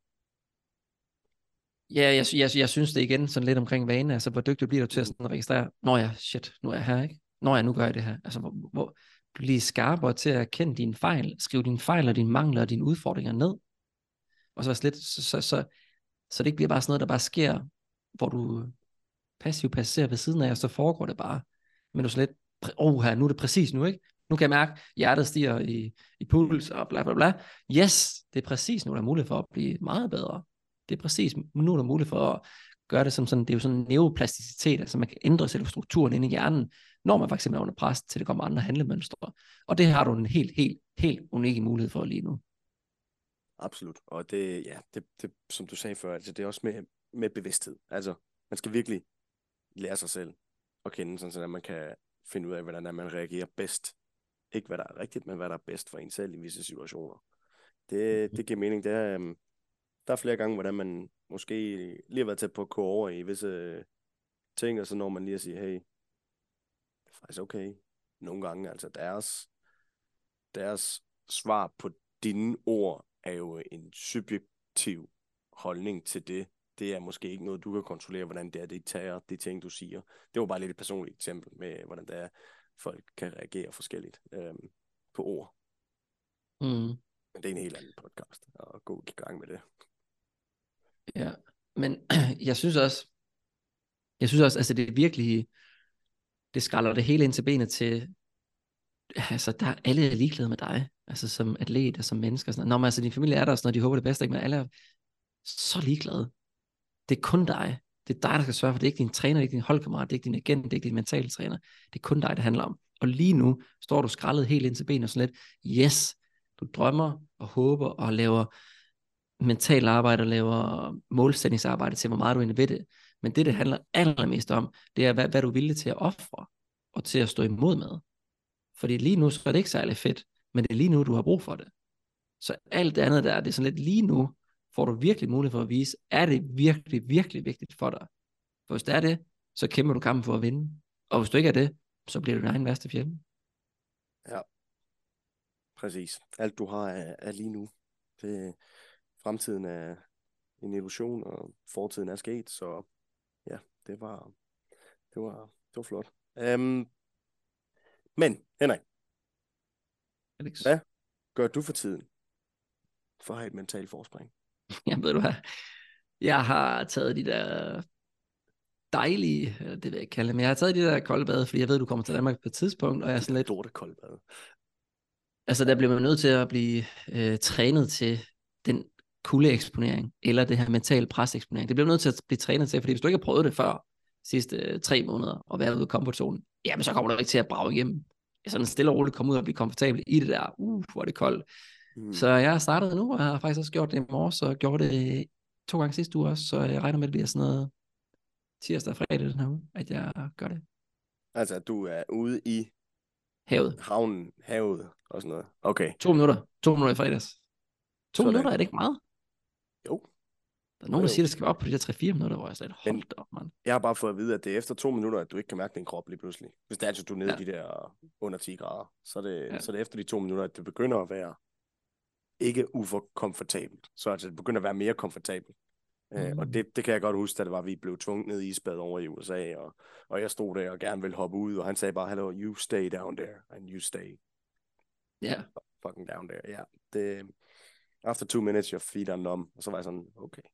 Speaker 1: Ja, jeg, jeg, jeg synes det igen sådan lidt omkring vane, altså hvor dygtig bliver du til at sådan registrere, nå ja, shit, nu er jeg her, ikke? Nå ja, nu gør jeg det her. Altså hvor, hvor blive skarpere til at erkende dine fejl, skrive dine fejl og dine mangler og dine udfordringer ned, og så slet, så, så, så, så det ikke bliver bare sådan noget, der bare sker, hvor du passivt passerer ved siden af, og så foregår det bare. Men du er så lidt, åh oh, her, nu er det præcis nu, ikke? Nu kan jeg mærke, at hjertet stiger i, i puls og bla bla bla. Yes, det er præcis nu, der er mulighed for at blive meget bedre. Det er præcis nu, der er mulighed for at gøre det som sådan, det er jo sådan en neuroplasticitet, altså man kan ændre selve strukturen inde i hjernen, når man faktisk er under pres, til det kommer andre handlemønstre. Og det har du en helt, helt, helt unik mulighed for lige nu.
Speaker 2: Absolut. Og det, ja, det, det, som du sagde før, altså det er også med, med bevidsthed. Altså, man skal virkelig lære sig selv at kende, sådan, så man kan finde ud af, hvordan man reagerer bedst. Ikke hvad der er rigtigt, men hvad der er bedst for en selv i visse situationer. Det, det giver mening. Det er, um, der er flere gange, hvordan man måske lige har været tæt på at gå over i visse ting, og så når man lige at sige, hey, det er faktisk okay. Nogle gange, altså deres, deres svar på dine ord er jo en subjektiv holdning til det. Det er måske ikke noget, du kan kontrollere, hvordan det er, det tager de ting, du siger. Det var bare lidt et personligt eksempel med, hvordan det er, folk kan reagere forskelligt øhm, på ord.
Speaker 1: Mm.
Speaker 2: Men det er en helt anden podcast, og gå i gang med det.
Speaker 1: Ja, men jeg synes også, jeg synes også, altså det er virkelig, det skræller det hele ind til benet til, altså der er alle er ligeglade med dig, altså som atlet og som mennesker. Sådan. Nå, men altså din familie er der, sådan, og de håber det bedste, ikke? Men alle er så ligeglade. Det er kun dig. Det er dig, der skal sørge for, det er ikke din træner, det er ikke din holdkammerat, det er ikke din agent, det er ikke din mentale træner. Det er kun dig, det handler om. Og lige nu står du skrællet helt ind til benet og sådan lidt, yes, du drømmer og håber og laver mental arbejde og laver målsætningsarbejde til, hvor meget du er inde ved det. Men det, det handler allermest om, det er, hvad, hvad du er villig til at ofre og til at stå imod med. Fordi lige nu, så er det ikke særlig fedt, men det er lige nu, du har brug for det. Så alt det andet der, det er sådan lidt lige nu, får du virkelig mulighed for at vise, er det virkelig, virkelig vigtigt for dig? For hvis det er det, så kæmper du kampen for at vinde. Og hvis du ikke er det, så bliver du din egen værste fjende.
Speaker 2: Ja, præcis. Alt du har er, er lige nu. Det, fremtiden er en illusion, og fortiden er sket, så ja, det var, det var, det var flot. Um, men, Henrik,
Speaker 1: Alex.
Speaker 2: hvad gør du for tiden for at have et mentalt forspring?
Speaker 1: Jamen, ved du hvad? Jeg har taget de der dejlige, eller det vil jeg ikke kalde det, men jeg har taget de der kolde bade, fordi jeg ved, du kommer til Danmark på et tidspunkt, og jeg er
Speaker 2: De
Speaker 1: sådan
Speaker 2: der
Speaker 1: lidt,
Speaker 2: lorte kolde bade.
Speaker 1: altså der bliver man nødt til at blive øh, trænet til den kuldeeksponering, eller det her mental preseksponering. Det bliver man nødt til at blive trænet til, fordi hvis du ikke har prøvet det før, sidste øh, tre måneder, og været ude i komfortzonen, jamen så kommer du ikke til at brage igennem. Sådan stille og roligt komme ud og blive komfortabel i det der, uh, hvor er det koldt.
Speaker 2: Mm.
Speaker 1: Så jeg har startet nu, og jeg har faktisk også gjort det i morges, og gjort det to gange sidste uge også, så jeg regner med, at det bliver sådan noget tirsdag og fredag den her uge, at jeg gør det.
Speaker 2: Altså, at du er ude i
Speaker 1: Havet.
Speaker 2: havnen, havet og sådan noget. Okay.
Speaker 1: To minutter. To minutter i fredags. To
Speaker 2: Sådan.
Speaker 1: minutter, er det ikke meget?
Speaker 2: Jo.
Speaker 1: Der er nogen, der
Speaker 2: Jo, jo.
Speaker 1: siger, at det skal være op på de der tre fire minutter, hvor jeg slet
Speaker 2: Men-
Speaker 1: holdt op, mand.
Speaker 2: Jeg har bare fået at vide, at det er efter to minutter, at du ikke kan mærke din krop lige pludselig. Hvis det er, at du er nede
Speaker 1: Ja.
Speaker 2: i de der under ti grader, så er, det,
Speaker 1: Ja.
Speaker 2: så er det efter de to minutter, at det begynder at være ikke ukomfortabelt. Så altså, det begynder at være mere komfortabelt. Mm. Uh, og det, det kan jeg godt huske, da det var, at vi blev tvunget ned i isbad over i U S A, og, og jeg stod der og gerne ville hoppe ud, og han sagde bare, hello, you stay down there, and you stay
Speaker 1: Ja.
Speaker 2: fucking down there. Ja, det, after two minutes, your feet are numb, og så var jeg sådan, okay.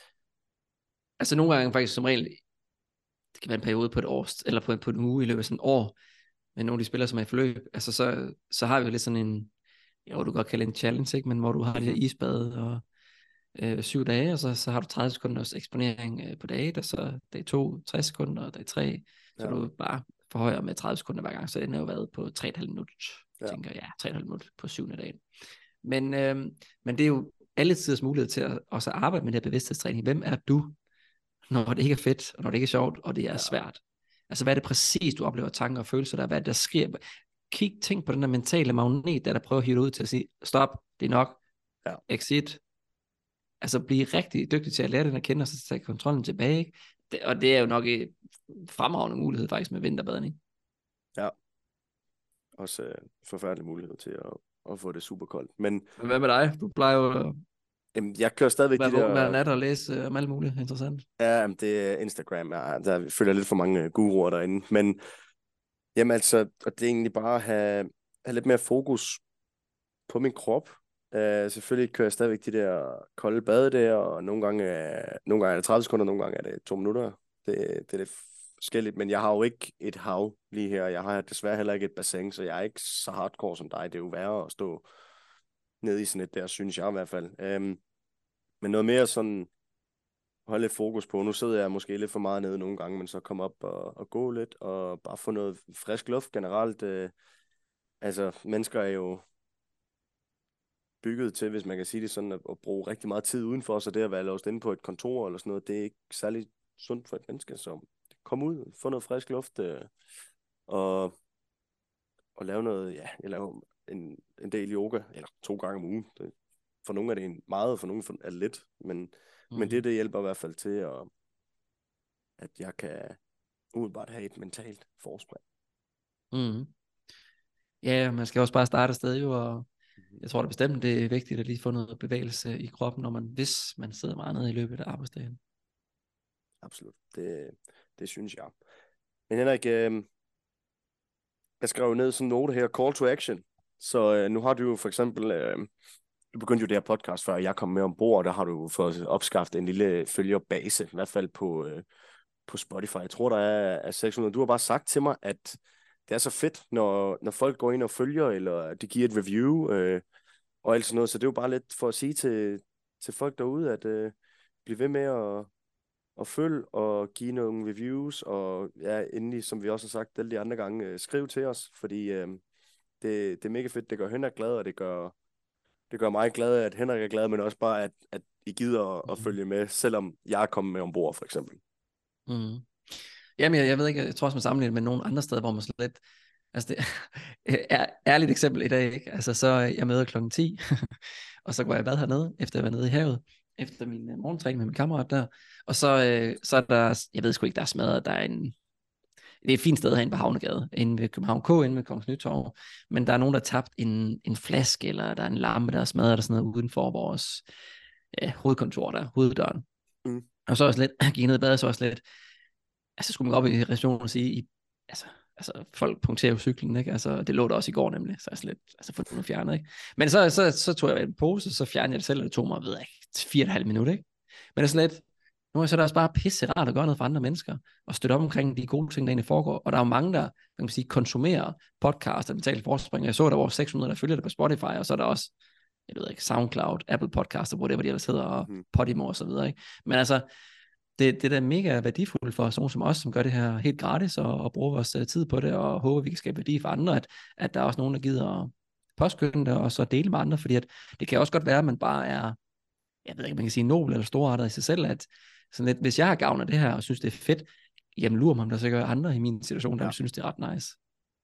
Speaker 1: Altså nogle gange faktisk som regel, det kan være en periode på et år, eller på en, på en uge i løbet af sådan et år, med nogle af de spillere, som er i forløb, altså så, så har vi jo lidt sådan en, jo, du kan godt kalde det en challenge, ikke? Men hvor du har de her isbad og øh, syv dage, og så, så har du tredive sekunders eksponering øh, på dag et, og så dag to, tres sekunder, og dag tre, så
Speaker 2: Ja.
Speaker 1: du bare forhøjer med tredive sekunder hver gang, så den har jo været på tre komma fem minutter,
Speaker 2: Ja.
Speaker 1: tænker jeg, tre komma fem minutter på syvende dagen. Men, øh, men det er jo alle tiders mulighed til at også arbejde med det her bevidsthedstræning. Hvem er du, når det ikke er fedt, og når det ikke er sjovt, og det er
Speaker 2: Ja.
Speaker 1: svært? Altså, hvad er det præcis, du oplever tanker og følelser der? Hvad er det, der sker? Kig, tænk på den der mentale magnet, der, der prøver at hive dig ud til at sige, stop, det er nok,
Speaker 2: Ja.
Speaker 1: exit. Altså, blive rigtig dygtig til at lære den at kende, og så tage kontrollen tilbage. Ikke? Det, og det er jo nok en fremragende mulighed faktisk med vinterbadning.
Speaker 2: Også øh, forfærdelig mulighed til at, at få det super koldt. Men
Speaker 1: Men hvad med dig? Du plejer jo at
Speaker 2: jamen, jeg kører stadigvæk
Speaker 1: være
Speaker 2: de
Speaker 1: vågen hver
Speaker 2: der...
Speaker 1: nat og læse øh, om alt muligt interessant.
Speaker 2: Ja, jamen, det er Instagram. Ja, der følger lidt for mange øh, guruer derinde. Men jamen altså, og det er egentlig bare at have, have lidt mere fokus på min krop. Uh, selvfølgelig kører jeg stadigvæk de der kolde bade der, og nogle gange, er, nogle gange er det tredive sekunder, nogle gange er det to minutter. Det, det er lidt forskelligt, men jeg har jo ikke et hav lige her. Jeg har desværre heller ikke et bassin, så jeg er ikke så hardcore som dig. Det er jo værre at stå nede i sådan et der, synes jeg i hvert fald. Um, men noget mere sådan holde lidt fokus på. Nu sidder jeg måske lidt for meget nede nogle gange, men så komme op og, og gå lidt, og bare få noget frisk luft generelt. Uh, altså, mennesker er jo bygget til, hvis man kan sige det sådan, at, at bruge rigtig meget tid udenfor, så det at være låst inde på et kontor eller sådan noget, det er ikke særlig sundt for et menneske, så kom ud, få noget frisk luft, øh, og, og lave noget, ja, jeg laver en, en del yoga, eller to gange om ugen. Det, for nogle er det en meget, for nogle er det lidt, men, mm. men det, det hjælper i hvert fald til, at, at jeg kan umiddelbart have et mentalt forspring.
Speaker 1: Mm. Ja, man skal også bare starte et sted jo, og jeg tror da bestemt, det er vigtigt at lige få noget bevægelse i kroppen, når man, hvis man sidder meget nede i løbet af arbejdsdagen.
Speaker 2: Absolut, det, det synes jeg. Men Henrik, øh, jeg skrev jo ned sådan en note her, call to action. Så øh, nu har du jo for eksempel, øh, du begyndte jo det her podcast, før jeg kom med ombord, og der har du fået opskaffet en lille følgerbase, i hvert fald på, øh, på Spotify. Jeg tror, der er, er seks hundrede. Du har bare sagt til mig, at det er så fedt, når, når folk går ind og følger, eller de giver et review, øh, og alt sådan noget. Så det er jo bare lidt for at sige til, til folk derude, at øh, blive ved med at, at følge og give nogle reviews, og ja, endelig, som vi også har sagt alle de andre gange, øh, skriv til os, fordi øh, det, det er mega fedt. Det gør Henrik glad, og det gør, det gør mig glad, at Henrik er glad, men også bare, at, at I gider at, at følge med, selvom jeg er kommet med ombord, for eksempel.
Speaker 1: Mm. Jamen, jeg, jeg ved ikke, jeg tror også, man sammenligner med nogle andre steder, hvor man slet, altså det er ærligt eksempel i dag, ikke? Altså så er jeg møder klokken ti, og så går jeg i bad hernede, efter jeg var nede i havet, efter min uh, morgentræning med min kammerat der, og så, øh, så er der, jeg ved sgu ikke, der er smadret, der er en, det er et fint sted herinde på Havnegade, inde ved København K, inde ved Kongens Nytorv, men der er nogen, der har tabt en, en flaske, eller der er en lampe, der er smadret, eller sådan noget uden for vores ja, hovedkontor der, hoveddøren.
Speaker 2: Mm.
Speaker 1: Og så også lidt, gik ned i badet, så også lidt, altså skulle man gå op i receptionen og sige, I, altså, altså folk punkterer jo cyklen, ikke? Altså, det lå der også i går nemlig, så altså lidt, altså få det nu fjernet, ikke? Men så, så, så tog jeg en pose, så fjernede jeg det selv, og det tog mig, ved jeg ikke, fire og et halvt minut, ikke? Men det er sådan lidt, nu er det også bare pisse rart at gøre noget for andre mennesker, og støtte op omkring de gode ting, der egentlig foregår. Og der er jo mange, der kan man sige, konsumerer podcast og mentale forspring. Jeg så, der var seks hundrede, der følger det på Spotify, og så er der også, jeg ved ikke, SoundCloud, Apple Podcast, og whatever de ellers hedder, og
Speaker 2: Mm.
Speaker 1: Podimo og så videre, ikke? Men altså, det, det er da mega værdifuldt for sådan som os, som gør det her helt gratis, og, og bruger vores uh, tid på det, og håber, vi kan skabe værdi for andre, at, at der er også nogen, der gider at påskynde det, og så dele med andre, fordi at det kan også godt være, at man bare er, jeg ved ikke, man kan sige nobel eller storartet i sig selv, at sådan lidt, hvis jeg har gavn af det her, og synes, det er fedt, jamen lurer mig, om der sikkert andre i min situation, der
Speaker 2: Ja.
Speaker 1: vil synes, det er ret nice.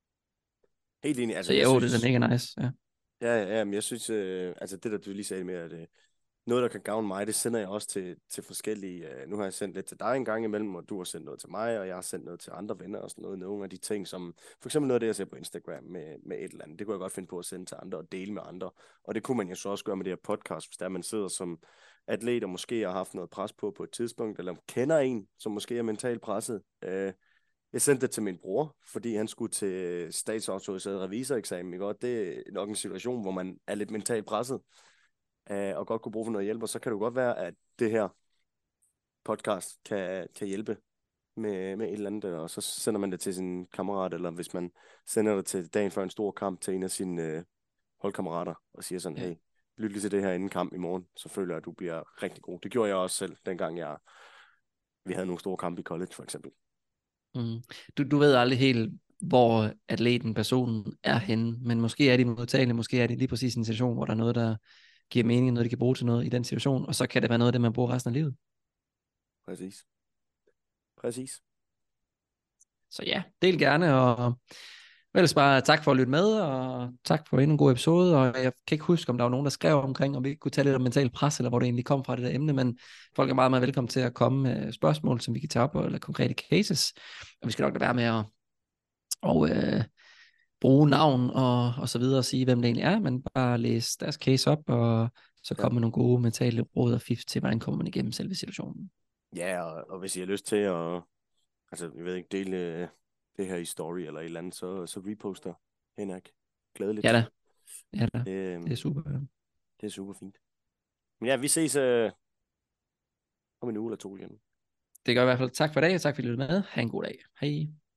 Speaker 2: Helt enig. Altså,
Speaker 1: Så
Speaker 2: jeg
Speaker 1: jo,
Speaker 2: synes,
Speaker 1: det er mega nice, ja.
Speaker 2: Ja, ja, men jeg synes, øh, altså det der du lige sagde med, at øh, noget, der kan gavne mig, det sender jeg også til, til forskellige, øh, nu har jeg sendt lidt til dig en gang imellem, og du har sendt noget til mig, og jeg har sendt noget til andre venner og sådan noget, nogle af de ting, som, for eksempel noget af det, jeg ser på Instagram med, med et eller andet, det kunne jeg godt finde på at sende til andre og dele med andre, og det kunne man jo så også gøre med det her podcast, hvis der man sidder som atlet, og måske har haft noget pres på på et tidspunkt, eller kender en, som måske er mentalt presset. øh, Jeg sendte det til min bror, fordi han skulle til statsautoriseret revisoreksamen. Ikke? Og det er nok en situation, hvor man er lidt mentalt presset, øh, og godt kunne bruge for noget hjælp. Og så kan det jo godt være, at det her podcast kan, kan hjælpe med, med et eller andet. Og så sender man det til sin kammerat, eller hvis man sender det til dagen før en stor kamp til en af sine øh, holdkammerater, og siger sådan,
Speaker 1: Ja.
Speaker 2: hey, lyt lige til det her inden kamp i morgen, så føler jeg, at du bliver rigtig god. Det gjorde jeg også selv, dengang jeg, vi havde nogle store kampe i college, for eksempel.
Speaker 1: Mm. Du, du ved aldrig helt, hvor atleten, personen er henne, men måske er de modtagelige, måske er det lige præcis en situation, hvor der er noget, der giver mening, noget, de kan bruge til noget i den situation, og så kan det være noget af det, man bruger resten af livet.
Speaker 2: Præcis. Præcis.
Speaker 1: Så ja, del gerne, og ellers bare tak for at lytte med, og tak for endnu en god episode, og jeg kan ikke huske, om der var nogen, der skrev omkring, om vi ikke kunne tage lidt om mental pres, eller hvor det egentlig kom fra det der emne, men folk er meget, meget velkommen til at komme med spørgsmål, som vi kan tage op, eller konkrete cases, og vi skal nok lade være med at og, øh, bruge navn og, og så videre, og sige, hvem det egentlig er, men bare læse deres case op, og så
Speaker 2: Ja.
Speaker 1: komme med nogle gode mentale råd og fif til, hvordan kommer man igennem selve situationen.
Speaker 2: Ja, og, og hvis I har lyst til at, altså, jeg ved ikke, dele øh, det her i story eller et eller andet, så, så reposter Henrik glædeligt.
Speaker 1: Ja da, ja da,
Speaker 2: Det, øh,
Speaker 1: det er super.
Speaker 2: det er super fint. Men ja, vi ses øh, om en uge eller to igen.
Speaker 1: Det gør i hvert fald tak for i dag, og tak fordi I lyttede med. Ha' en god dag. Hej.